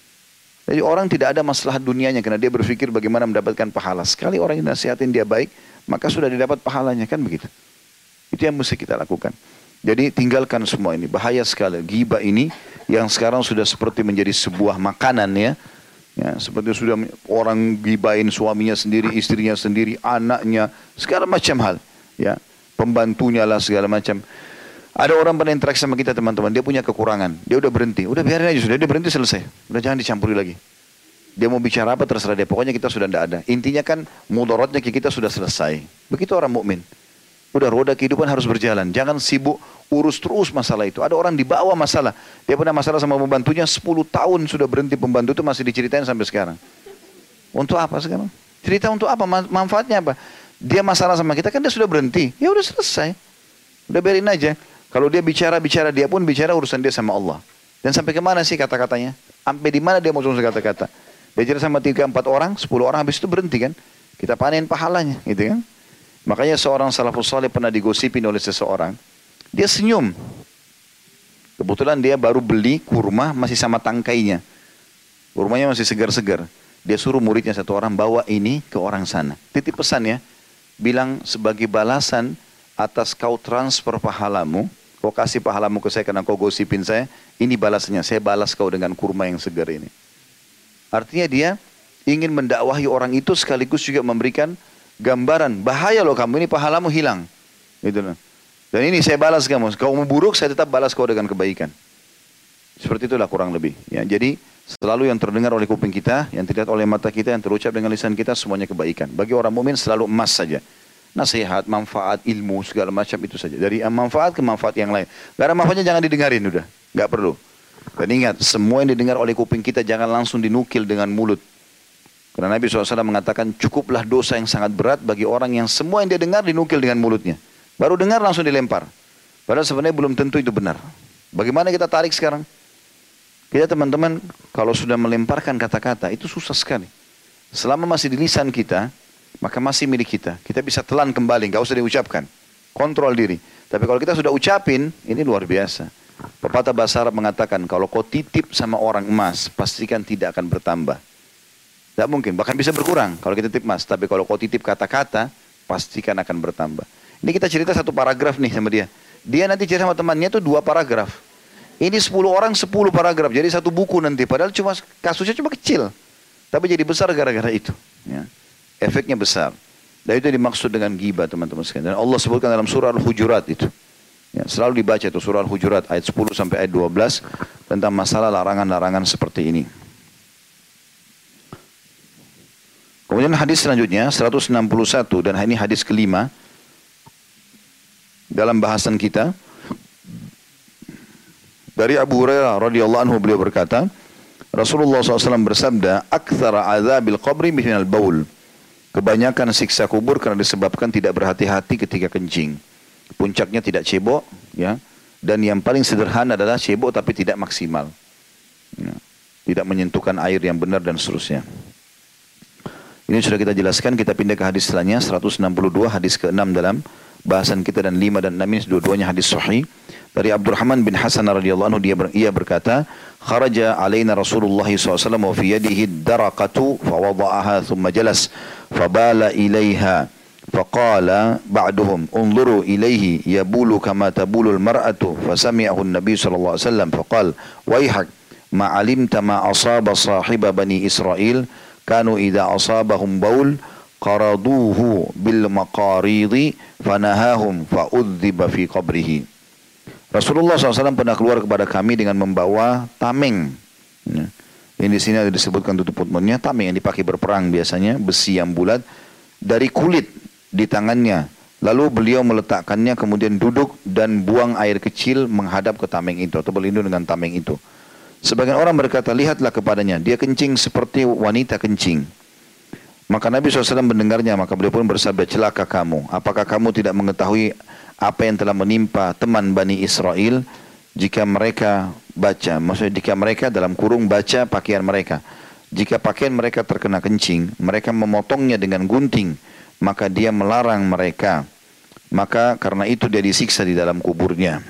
Jadi orang tidak ada masalah dunianya karena dia berpikir bagaimana mendapatkan pahala. Sekali orang yang nasihatin dia baik, maka sudah didapat pahalanya, kan begitu. Itu yang mesti kita lakukan. Jadi tinggalkan semua ini, bahaya sekali. Ghibah ini yang sekarang sudah seperti menjadi sebuah makanan ya. Ya, seperti sudah orang gibahin suaminya sendiri, istrinya sendiri, anaknya, segala macam hal. Ya, pembantunya lah segala macam. Ada orang pernah interaksi sama kita teman-teman, dia punya kekurangan, dia udah berhenti, udah biarin aja sudah, dia berhenti selesai, udah jangan dicampuri lagi. Dia mau bicara apa terserah dia, pokoknya kita sudah tidak ada. Intinya kan mudaratnya kita sudah selesai. Begitu orang mukmin. Udah roda kehidupan harus berjalan. Jangan sibuk urus terus masalah itu. Ada orang dibawa masalah. Dia pernah masalah sama pembantunya 10 tahun sudah berhenti, pembantu itu masih diceritain sampai sekarang. Untuk apa sekarang? Cerita untuk apa? Manfaatnya apa? Dia masalah sama kita kan dia sudah berhenti. Ya udah selesai. Udah biarin aja. Kalau dia bicara dia pun bicara urusan dia sama Allah. Dan sampai kemana sih kata-katanya? Sampai di mana dia mau kata-kata? Dia bicara sama 3-4 orang, 10 orang habis itu berhenti kan? Kita panen pahalanya gitu kan? Makanya seorang salafus saleh pernah digosipin oleh seseorang. Dia senyum. Kebetulan dia baru beli kurma masih sama tangkainya. Kurmanya masih segar-segar. Dia suruh muridnya 1 orang bawa ini ke orang sana. Titip pesan ya. Bilang sebagai balasan atas kau transfer pahalamu. Kau kasih pahalamu ke saya karena kau gosipin saya. Ini balasannya. Saya balas kau dengan kurma yang segar ini. Artinya dia ingin mendakwahi orang itu sekaligus juga memberikan gambaran, bahaya loh kamu, ini pahalamu hilang. Gitu loh. Dan ini saya balas kamu, kau mau buruk saya tetap balas kau dengan kebaikan. Seperti itulah kurang lebih. Ya, jadi selalu yang terdengar oleh kuping kita, yang dilihat oleh mata kita, yang terucap dengan lisan kita, semuanya kebaikan. Bagi orang mukmin selalu emas saja. Nasihat, manfaat, ilmu, segala macam itu saja. Dari manfaat ke manfaat yang lain. Gak ada manfaatnya jangan didengarin udah, gak perlu. Dan ingat, semua yang didengar oleh kuping kita jangan langsung dinukil dengan mulut. Karena Nabi SAW mengatakan cukuplah dosa yang sangat berat bagi orang yang semua yang dia dengar dinukil dengan mulutnya. Baru dengar langsung dilempar. Padahal sebenarnya belum tentu itu benar. Bagaimana kita tarik sekarang? Kita teman-teman kalau sudah melemparkan kata-kata itu susah sekali. Selama masih di lisan kita, maka masih milik kita. Kita bisa telan kembali, nggak usah diucapkan. Kontrol diri. Tapi kalau kita sudah ucapin, ini luar biasa. Pepatah bahasa Arab mengatakan, kalau kau titip sama orang emas, pastikan tidak akan bertambah. Tidak mungkin, bahkan bisa berkurang kalau kita titip emas. Tapi kalau kau titip kata-kata, pastikan akan bertambah. Ini kita cerita satu paragraf nih sama dia. Dia nanti cerita sama temannya itu 2 paragraf. Ini 10 orang 10 paragraf, jadi satu buku nanti. Padahal cuma kasusnya cuma kecil. Tapi jadi besar gara-gara itu. Ya. Efeknya besar. Dan itu dimaksud dengan ghibah teman-teman sekalian. Dan Allah sebutkan dalam surah Al-Hujurat itu. Ya, selalu dibaca itu surah Al-Hujurat ayat 10 sampai ayat 12 tentang masalah larangan-larangan seperti ini. Kemudian hadis selanjutnya 161 dan ini hadis kelima dalam bahasan kita dari Abu Hurairah radhiyallahu anhu, beliau berkata, Rasulullah SAW bersabda, "Aktsara azabil qabri minal baul." Kebanyakan siksa kubur karena disebabkan tidak berhati-hati ketika kencing. Puncaknya tidak cebok, ya. Dan yang paling sederhana adalah cebok tapi tidak maksimal. Ya. Tidak menyentuhkan air yang benar dan seterusnya. Ini sudah kita jelaskan, kita pindah ke hadis selanjutnya 162, hadis ke-6 dalam bahasan kita, dan 5 dan 6 ini dua-duanya hadis sahih. Dari Abdurrahman bin Hasan radhiyallahu anhu, ia berkata, "Kharaja alaina Rasulullah SAW wa fi yadihi daraqatu fa wada'aha thumma jalas fa bala ilaiha fa qala ba'duhum unzuru ilaihi yabulu kama tabulu al-mar'atu fa sami'ahu an-nabi sallallahu alaihi wasallam fa qala waihak ma 'alimta ma asaba sahiba bani Israil kanu idza asabahum baul qaraduhu bil maqaridi fanahahum fa udhiba fi qabrihi." Rasulullah SAW pernah keluar kepada kami dengan membawa tameng. Ya. Ini di sini ada disebutkan tutup mulutnya, tameng yang dipakai berperang biasanya, besi yang bulat dari kulit di tangannya. Lalu beliau meletakkannya, kemudian duduk dan buang air kecil menghadap ke tameng itu atau berlindung dengan tameng itu. Sebagian orang berkata, lihatlah kepadanya, dia kencing seperti wanita kencing. Maka Nabi SAW mendengarnya, maka beliau pun bersabda, celaka kamu. Apakah kamu tidak mengetahui apa yang telah menimpa teman Bani Israel jika mereka baca, maksudnya jika mereka dalam kurung baca pakaian mereka. Jika pakaian mereka terkena kencing, mereka memotongnya dengan gunting, maka dia melarang mereka. Maka karena itu dia disiksa di dalam kuburnya.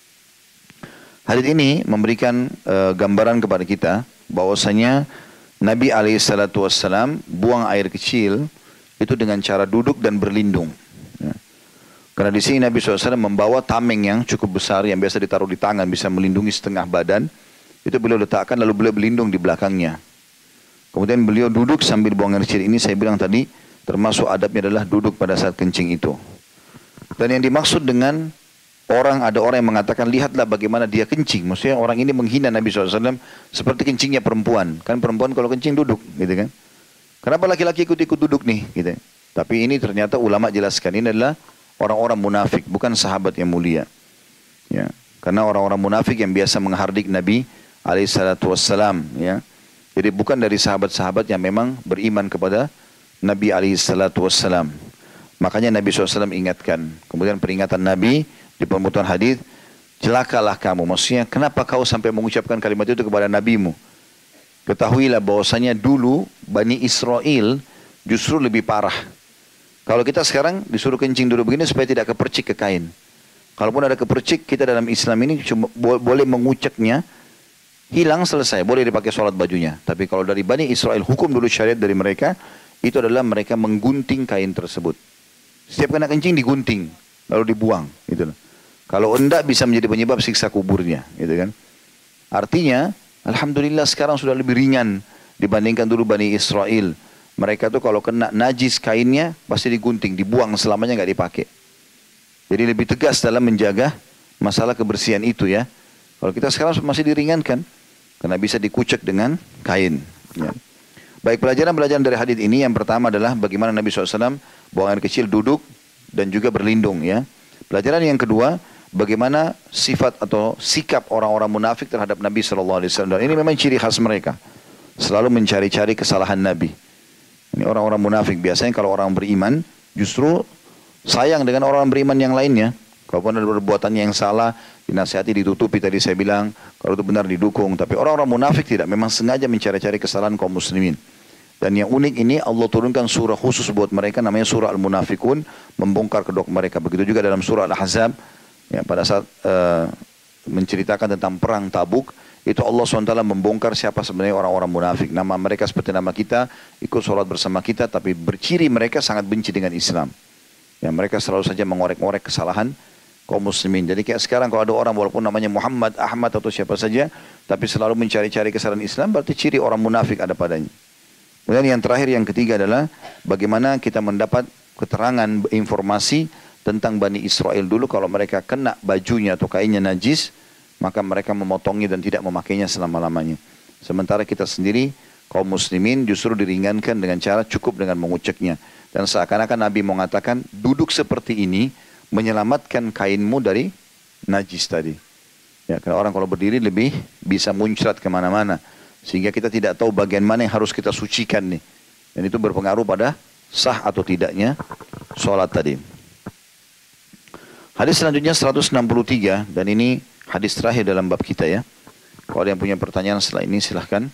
Hadis ini memberikan gambaran kepada kita bahwasanya Nabi SAW buang air kecil itu dengan cara duduk dan berlindung. Ya. Karena di sini Nabi SAW membawa tameng yang cukup besar yang biasa ditaruh di tangan, bisa melindungi setengah badan. Itu beliau letakkan lalu beliau berlindung di belakangnya. Kemudian beliau duduk sambil buang air kecil. Ini saya bilang tadi termasuk adabnya adalah duduk pada saat kencing itu. Dan yang dimaksud dengan ada orang yang mengatakan lihatlah bagaimana dia kencing. Maksudnya orang ini menghina Nabi SAW seperti kencingnya perempuan. Kan perempuan kalau kencing duduk gitu kan. Kenapa laki-laki ikut-ikut duduk nih gitu. Tapi ini ternyata ulama jelaskan ini adalah orang-orang munafik, bukan sahabat yang mulia. Ya, karena orang-orang munafik yang biasa menghardik Nabi alaihissalam, ya. Jadi bukan dari sahabat-sahabat yang memang beriman kepada Nabi alaihissalam. Makanya Nabi SAW ingatkan. Kemudian peringatan Nabi di pembutuhan hadis, celakalah kamu. Maksudnya kenapa kau sampai mengucapkan kalimat itu kepada nabimu? Ketahuilah bahwasanya dulu Bani Israel justru lebih parah. Kalau kita sekarang disuruh kencing dulu begini supaya tidak kepercik ke kain. Kalaupun ada kepercik, kita dalam Islam ini cuma boleh menguceknya, hilang selesai, boleh dipakai sholat bajunya. Tapi kalau dari Bani Israel, hukum dulu syariat dari mereka, itu adalah mereka menggunting kain tersebut. Setiap kena kencing digunting, lalu dibuang. Gitu. Kalau enggak bisa menjadi penyebab siksa kuburnya. Gitu kan. Artinya, alhamdulillah sekarang sudah lebih ringan dibandingkan dulu Bani Israel. Mereka tuh kalau kena najis kainnya pasti digunting, dibuang, selamanya nggak dipakai. Jadi lebih tegas dalam menjaga masalah kebersihan itu ya. Kalau kita sekarang masih diringankan karena bisa dikucek dengan kain. Ya. Baik, pelajaran dari hadis ini yang pertama adalah bagaimana Nabi SAW buang air kecil duduk dan juga berlindung ya. Pelajaran yang kedua, bagaimana sifat atau sikap orang-orang munafik terhadap Nabi Shallallahu Alaihi Wasallam. Dan ini memang ciri khas mereka, selalu mencari-cari kesalahan Nabi. Ini orang-orang munafik biasanya kalau orang beriman justru sayang dengan orang beriman yang lainnya. Kalaupun ada perbuatannya yang salah, dinasihati, ditutupi, tadi saya bilang, kalau itu benar didukung. Tapi orang-orang munafik tidak, memang sengaja mencari-cari kesalahan kaum muslimin. Dan yang unik ini Allah turunkan surah khusus buat mereka, namanya surah Al-Munafikun, membongkar kedok mereka. Begitu juga dalam surah Al-Ahzab, ya, pada saat menceritakan tentang perang Tabuk, itu Allah SWT membongkar siapa sebenarnya orang-orang munafik. Nama mereka seperti nama kita, ikut sholat bersama kita, tapi berciri mereka sangat benci dengan Islam. Ya, mereka selalu saja mengorek-ngorek kesalahan kaum muslimin. Jadi kayak sekarang kalau ada orang walaupun namanya Muhammad, Ahmad atau siapa saja, tapi selalu mencari-cari kesalahan Islam, berarti ciri orang munafik ada padanya. Kemudian yang terakhir, yang ketiga adalah bagaimana kita mendapat keterangan informasi tentang Bani Israel dulu. Kalau mereka kena bajunya atau kainnya najis, maka mereka memotongnya dan tidak memakainya selama-lamanya. Sementara kita sendiri, kaum muslimin justru diringankan dengan cara cukup dengan menguceknya. Dan seakan-akan Nabi mengatakan, duduk seperti ini menyelamatkan kainmu dari najis tadi. Ya, karena orang kalau berdiri lebih bisa muncrat kemana-mana. Sehingga kita tidak tahu bagian mana yang harus kita sucikan nih. Dan itu berpengaruh pada sah atau tidaknya sholat tadi. Hadis selanjutnya 163, dan ini hadis terakhir dalam bab kita ya. Kalau ada yang punya pertanyaan setelah ini silahkan.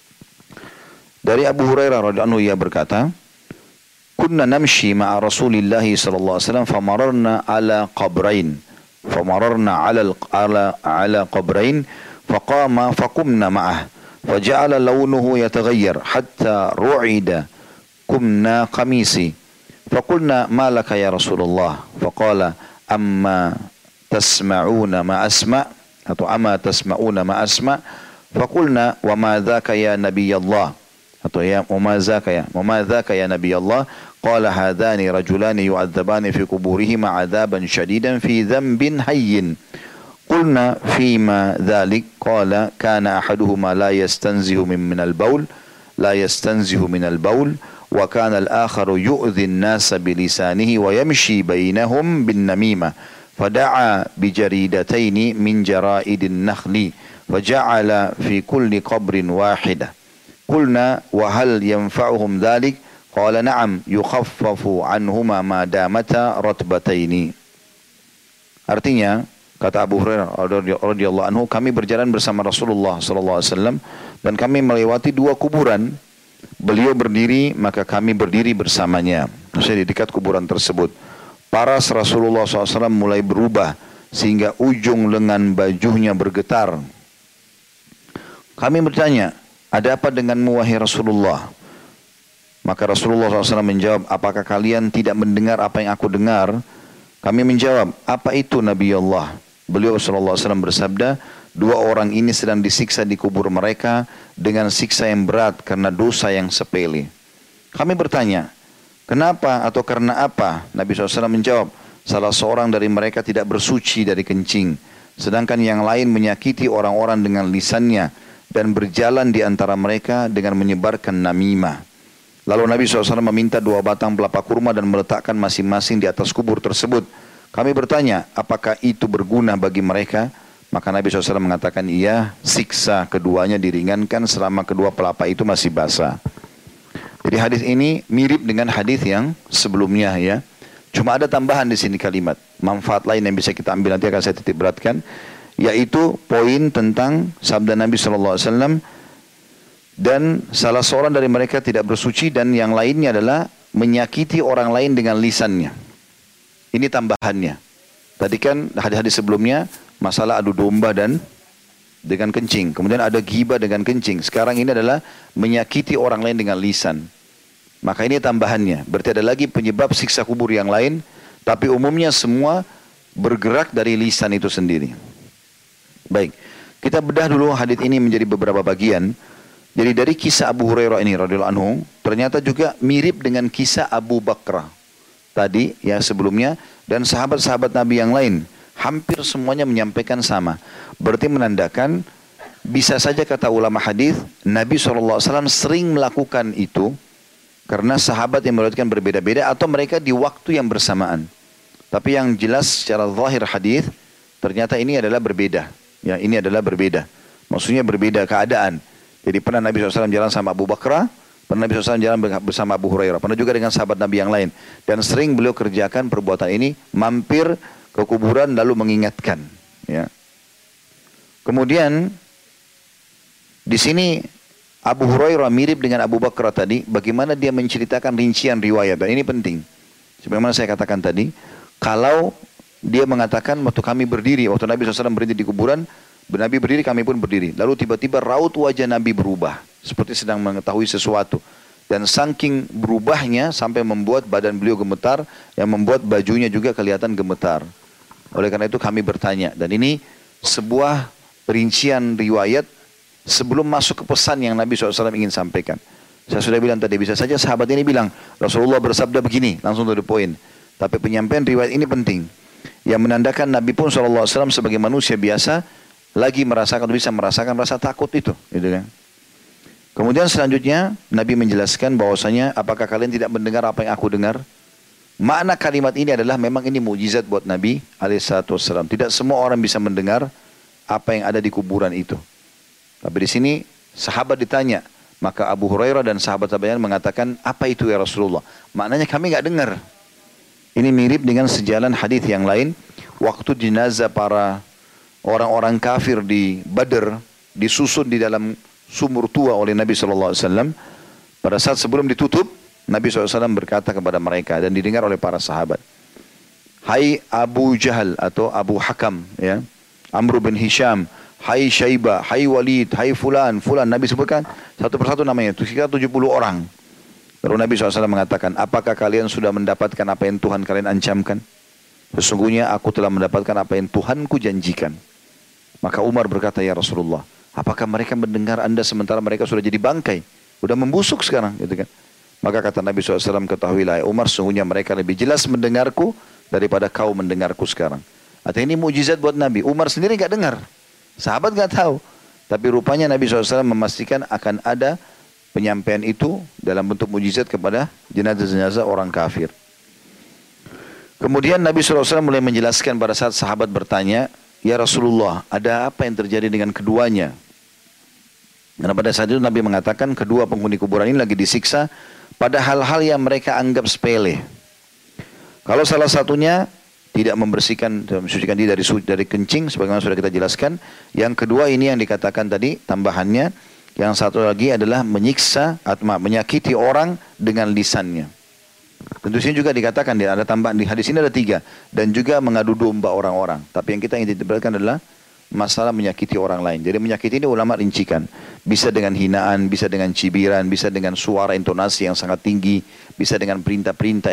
Dari Abu Hurairah radhiyallahu anhu, ia berkata, "Kunna namshi ma'a Rasulillah sallallahu alaihi wasallam famararna ala qabrain. Famararna ala qabrain faqama faqumna ma'ah. Faja'ala launuhu yataghayyar hatta ru'ida kumna qamisi. Faqulna ma laka ya Rasulullah? Faqala amma tasma'una ma asma' atau amma tasma'una ma asma'. Faqulna wa ma dhaka ya Nabi Allah?" Atau ya wa ma dhaka ya Nabi Allah? Qala hadhani rajulani yu'adzabani fi kuburihima 'adzaban shadidan fi dhanbin hayyin. Qulna fima dhalik? Qala kana ahaduhuma la yastanzihu min al-bawl wa kana al-akharu yu'dhi an-nasa bilisanihi wa yamshi bainahum bin namimah. Fada'a bijaridataini min jara'idin nakhli faja'ala fi kulli qabrin wahidah. Qulna wa hal yanfa'uhum dhalik? Qala na'am yukhaffafu anhuma ma damata ratbataini. Artinya, kata Abu Hurairah radhiyallahu anhu, kami berjalan bersama Rasulullah sallallahu alaihi wasallam dan kami melewati dua kuburan. Beliau berdiri, maka kami berdiri bersamanya. Maksudnya di dekat kuburan tersebut. Paras Rasulullah SAW mulai berubah sehingga ujung lengan bajunya bergetar. Kami bertanya, ada apa denganmu wahai Rasulullah? Maka Rasulullah SAW menjawab, apakah kalian tidak mendengar apa yang aku dengar? Kami menjawab, apa itu Nabi Allah? Beliau SAW bersabda, dua orang ini sedang disiksa di kubur mereka dengan siksa yang berat karena dosa yang sepele. Kami bertanya, kenapa atau karena apa? Nabi SAW menjawab, salah seorang dari mereka tidak bersuci dari kencing, sedangkan yang lain menyakiti orang-orang dengan lisannya dan berjalan di antara mereka dengan menyebarkan namimah. Lalu Nabi SAW meminta dua batang pelapa kurma dan meletakkan masing-masing di atas kubur tersebut. Kami bertanya, apakah itu berguna bagi mereka? Maka Nabi SAW mengatakan, iya, siksa keduanya diringankan selama kedua pelapa itu masih basah. Jadi hadis ini mirip dengan hadis yang sebelumnya ya. Cuma ada tambahan di sini kalimat. Manfaat lain yang bisa kita ambil, nanti akan saya titik beratkan. Yaitu poin tentang sabda Nabi SAW. Dan salah seorang dari mereka tidak bersuci dan yang lainnya adalah menyakiti orang lain dengan lisannya. Ini tambahannya. Tadi kan hadis-hadis sebelumnya masalah adu domba dan dengan kencing. Kemudian ada ghibah dengan kencing. Sekarang ini adalah menyakiti orang lain dengan lisan. Maka ini tambahannya. Berarti ada lagi penyebab siksa kubur yang lain. Tapi umumnya semua bergerak dari lisan itu sendiri. Baik. Kita bedah dulu hadis ini menjadi beberapa bagian. Jadi dari kisah Abu Hurairah ini radhiyallahu anhu ternyata juga mirip dengan kisah Abu Bakrah tadi yang sebelumnya dan sahabat-sahabat Nabi yang lain. Hampir semuanya menyampaikan sama. Berarti menandakan bisa saja kata ulama hadis Nabi SAW sering melakukan itu karena sahabat yang meriwayatkan berbeda-beda atau mereka di waktu yang bersamaan. Tapi yang jelas secara zahir hadis ternyata ini adalah berbeda. Ya, ini adalah berbeda. Maksudnya berbeda keadaan. Jadi pernah Nabi SAW jalan sama Abu Bakar, pernah Nabi SAW jalan bersama Abu Hurairah, pernah juga dengan sahabat Nabi yang lain. Dan sering beliau kerjakan perbuatan ini, mampir ke kuburan lalu mengingatkan. Ya. Kemudian di sini Abu Hurairah mirip dengan Abu Bakar tadi, bagaimana dia menceritakan rincian riwayat. Dan ini penting. Sebagaimana saya katakan tadi, kalau dia mengatakan waktu kami berdiri, waktu Nabi SAW berdiri di kuburan, Nabi berdiri, kami pun berdiri. Lalu tiba-tiba raut wajah Nabi berubah. Seperti sedang mengetahui sesuatu. Dan saking berubahnya sampai membuat badan beliau gemetar, yang membuat bajunya juga kelihatan gemetar. Oleh karena itu kami bertanya. Dan ini sebuah perincian riwayat sebelum masuk ke pesan yang Nabi SAW ingin sampaikan. Saya sudah bilang tadi, bisa saja sahabat ini bilang, Rasulullah bersabda begini, langsung to the point. Tapi penyampaian riwayat ini penting. Yang menandakan Nabi pun SAW sebagai manusia biasa, lagi merasakan, bisa merasakan rasa takut itu. Gitu kan. Kemudian selanjutnya, Nabi menjelaskan bahwasanya, apakah kalian tidak mendengar apa yang aku dengar? Makna kalimat ini adalah memang ini mukjizat buat Nabi alaihissalam. Tidak semua orang bisa mendengar apa yang ada di kuburan itu. Tapi di sini sahabat ditanya, maka Abu Hurairah dan sahabat-sahabatnya mengatakan, apa itu ya Rasulullah? Maknanya kami nggak dengar. Ini mirip dengan sejalan hadis yang lain. Waktu jenazah para orang-orang kafir di Badr disusun di dalam sumur tua oleh Nabi SAW. Pada saat sebelum ditutup, Nabi SAW berkata kepada mereka dan didengar oleh para sahabat, hai Abu Jahal atau Abu Hakam, ya, Amr bin Hisham, hai Syaibah, hai Walid, hai Fulan, Fulan. Nabi sebutkan satu persatu namanya, itu sekitar 70 orang. Lalu Nabi SAW mengatakan, apakah kalian sudah mendapatkan apa yang Tuhan kalian ancamkan? Sesungguhnya aku telah mendapatkan apa yang Tuhanku janjikan. Maka Umar berkata, ya Rasulullah, apakah mereka mendengar Anda sementara mereka sudah jadi bangkai? Sudah membusuk sekarang, gitu kan? Maka kata Nabi SAW, ketahuilah ya Umar, sesungguhnya mereka lebih jelas mendengarku daripada kau mendengarku sekarang. Artinya ini mujizat buat Nabi. Umar sendiri nggak dengar, sahabat nggak tahu. Tapi rupanya Nabi SAW memastikan akan ada penyampaian itu dalam bentuk mujizat kepada jenazah-jenazah orang kafir. Kemudian Nabi SAW mulai menjelaskan pada saat sahabat bertanya, ya Rasulullah, ada apa yang terjadi dengan keduanya? Karena pada saat itu Nabi mengatakan kedua penghuni kuburan ini lagi disiksa pada hal-hal yang mereka anggap sepele. Kalau salah satunya tidak membersihkan, mensucikan diri dari kencing, sebagaimana sudah kita jelaskan. Yang kedua ini yang dikatakan tadi tambahannya. Yang satu lagi adalah menyiksa atau menyakiti orang dengan lisannya. Tentu sini juga dikatakan, ada tambahan di hadis ini ada 3. Dan juga mengadu domba orang-orang. Tapi yang kita ingin diberikan adalah masalah menyakiti orang lain. Jadi menyakiti ini ulama rincikan. Bisa dengan hinaan, bisa dengan cibiran, bisa dengan suara intonasi yang sangat tinggi, bisa dengan perintah-perintah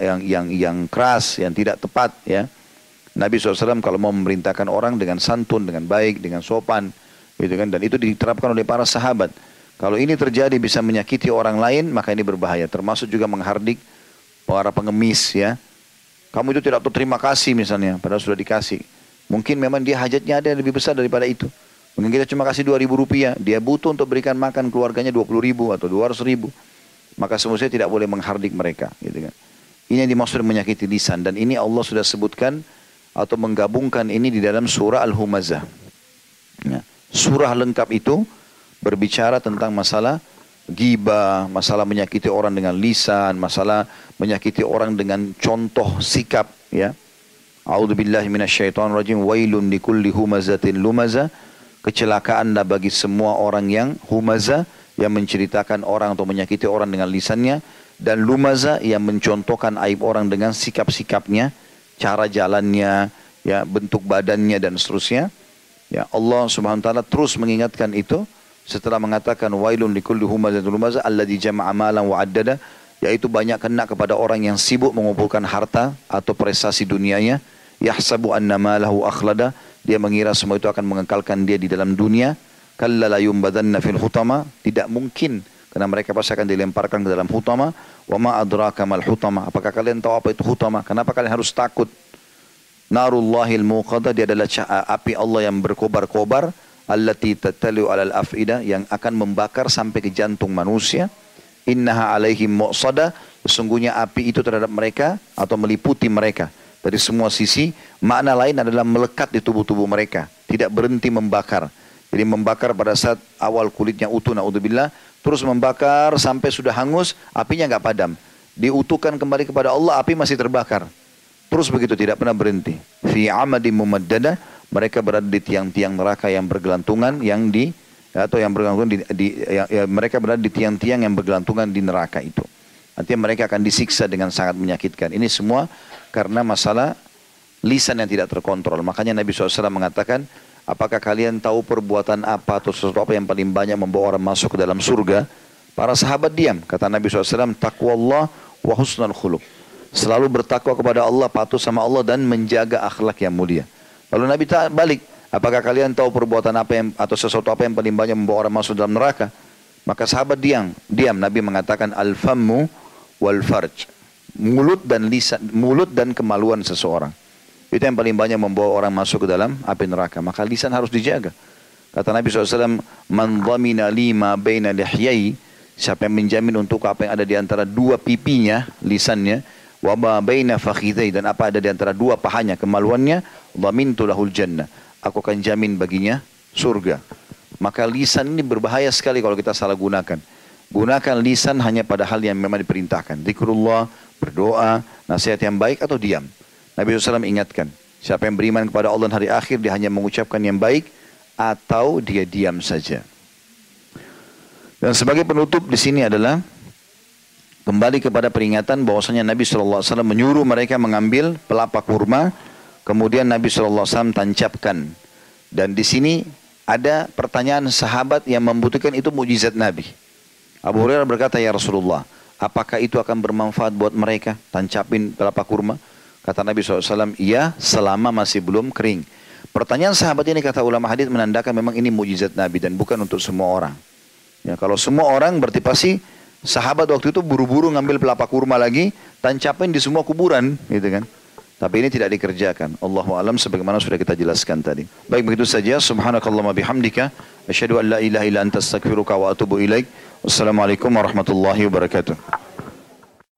yang keras, yang tidak tepat. Ya. Nabi SAW kalau mau memerintahkan orang dengan santun, dengan baik, dengan sopan. Gitu kan? Dan itu diterapkan oleh para sahabat. Kalau ini terjadi bisa menyakiti orang lain, maka ini berbahaya. Termasuk juga menghardik para pengemis, ya. Kamu itu tidak terima kasih misalnya, padahal sudah dikasih. Mungkin memang dia hajatnya ada yang lebih besar daripada itu. Mungkin kita cuma kasih 2.000 rupiah, dia butuh untuk berikan makan keluarganya 20.000 atau 200.000. Maka semestinya tidak boleh menghardik mereka, gitu kan. Ini yang dimaksud menyakiti lisan, dan ini Allah sudah sebutkan atau menggabungkan ini di dalam surah Al-Humazah. Ya. Surah lengkap itu berbicara tentang masalah ghibah, masalah menyakiti orang dengan lisan, masalah menyakiti orang dengan contoh sikap, ya. A'udzubillahi minasyaitonirrajim, wailun likulli humazatin lumaza. Kecelakaanlah bagi semua orang yang humaza, yang menceritakan orang atau menyakiti orang dengan lisannya, dan lumaza yang mencontohkan aib orang dengan sikap-sikapnya, cara jalannya, ya, bentuk badannya dan seterusnya. Ya, Allah Subhanahu wa taala terus mengingatkan itu setelah mengatakan wailun likulli humazatin lumaza alladzi jama'a malan wa addada, yaitu banyak kena kepada orang yang sibuk mengumpulkan harta atau prestasi dunianya. Yahsabu anna malahu akhlada, dia mengira semua itu akan mengekalkan dia di dalam dunia. Kalla la yumbadanna fil hutama, tidak mungkin, karena mereka pasti akan dilemparkan ke dalam hutama. Wa ma adraka mal hutama, apakah kalian tahu apa itu hutama? Kenapa kalian harus takut? Narullahil muqadah, dia adalah api Allah yang berkobar-kobar, allati tattali'u alal af'idah, yang akan membakar sampai ke jantung manusia. Innaha alaihim mu'sadah, sesungguhnya api itu terhadap mereka atau meliputi mereka. dari semua sisi. Makna lain adalah melekat di tubuh-tubuh mereka, tidak berhenti membakar. Jadi membakar pada saat awal kulitnya utuh, naudzubillah, terus membakar sampai sudah hangus, apinya nggak padam. Diutuhkan kembali kepada Allah, api masih terbakar. Terus begitu, tidak pernah berhenti. Fi amadin mumaddada, mereka berada di tiang-tiang neraka yang bergelantungan, mereka berada di tiang-tiang yang bergelantungan di neraka itu. Artinya mereka akan disiksa dengan sangat menyakitkan. Ini semua karena masalah lisan yang tidak terkontrol. Makanya Nabi SAW mengatakan, apakah kalian tahu perbuatan apa atau sesuatu apa yang paling banyak membawa orang masuk ke dalam surga? Para sahabat diam. Kata Nabi SAW, taqwallah wa husnul khuluq. Selalu bertakwa kepada Allah, patuh sama Allah dan menjaga akhlak yang mulia. Lalu Nabi balik, apakah kalian tahu perbuatan apa yang atau sesuatu apa yang paling banyak membawa orang masuk dalam neraka? Maka sahabat diam. Nabi mengatakan al-fammu wal farj. Mulut dan lisan, mulut dan kemaluan seseorang. Itu yang paling banyak membawa orang masuk ke dalam api neraka. Maka lisan harus dijaga. Kata Nabi SAW, man dhamina lima baina lihyai, siapa yang menjamin untuk apa yang ada di antara dua pipinya, lisannya, wa ma baina fakhidai, dan apa ada di antara dua pahanya, kemaluannya, dhamintu lahul jannah, aku akan jamin baginya surga. Maka lisan ini berbahaya sekali kalau kita salah gunakan. Gunakan lisan hanya pada hal yang memang diperintahkan. Zikrullah, berdoa, nasihat yang baik atau diam. Nabi SAW ingatkan, siapa yang beriman kepada Allah dan hari akhir, dia hanya mengucapkan yang baik atau dia diam saja. Dan sebagai penutup di sini adalah kembali kepada peringatan bahwasanya Nabi SAW menyuruh mereka mengambil pelapa kurma, kemudian Nabi SAW tancapkan. Dan di sini ada pertanyaan sahabat yang membutuhkan itu mukjizat Nabi. Abu Hurairah berkata, ya Rasulullah, apakah itu akan bermanfaat buat mereka, tancapin pelapa kurma? Kata Nabi SAW, iya, selama masih belum kering. Pertanyaan sahabat ini, kata ulama hadis, menandakan memang ini mukjizat Nabi dan bukan untuk semua orang. Ya, kalau semua orang berarti pasti sahabat waktu itu buru-buru ngambil pelapa kurma lagi, tancapin di semua kuburan, gitu kan. Tapi ini tidak dikerjakan. Allahu a'lam, sebagaimana sudah kita jelaskan tadi. Baik, begitu saja. Subhanakallahumma bihamdika, asyhadu an la ilaha illa anta astaghfiruka wa atubu ilaik. Wassalamualaikum warahmatullahi wabarakatuh.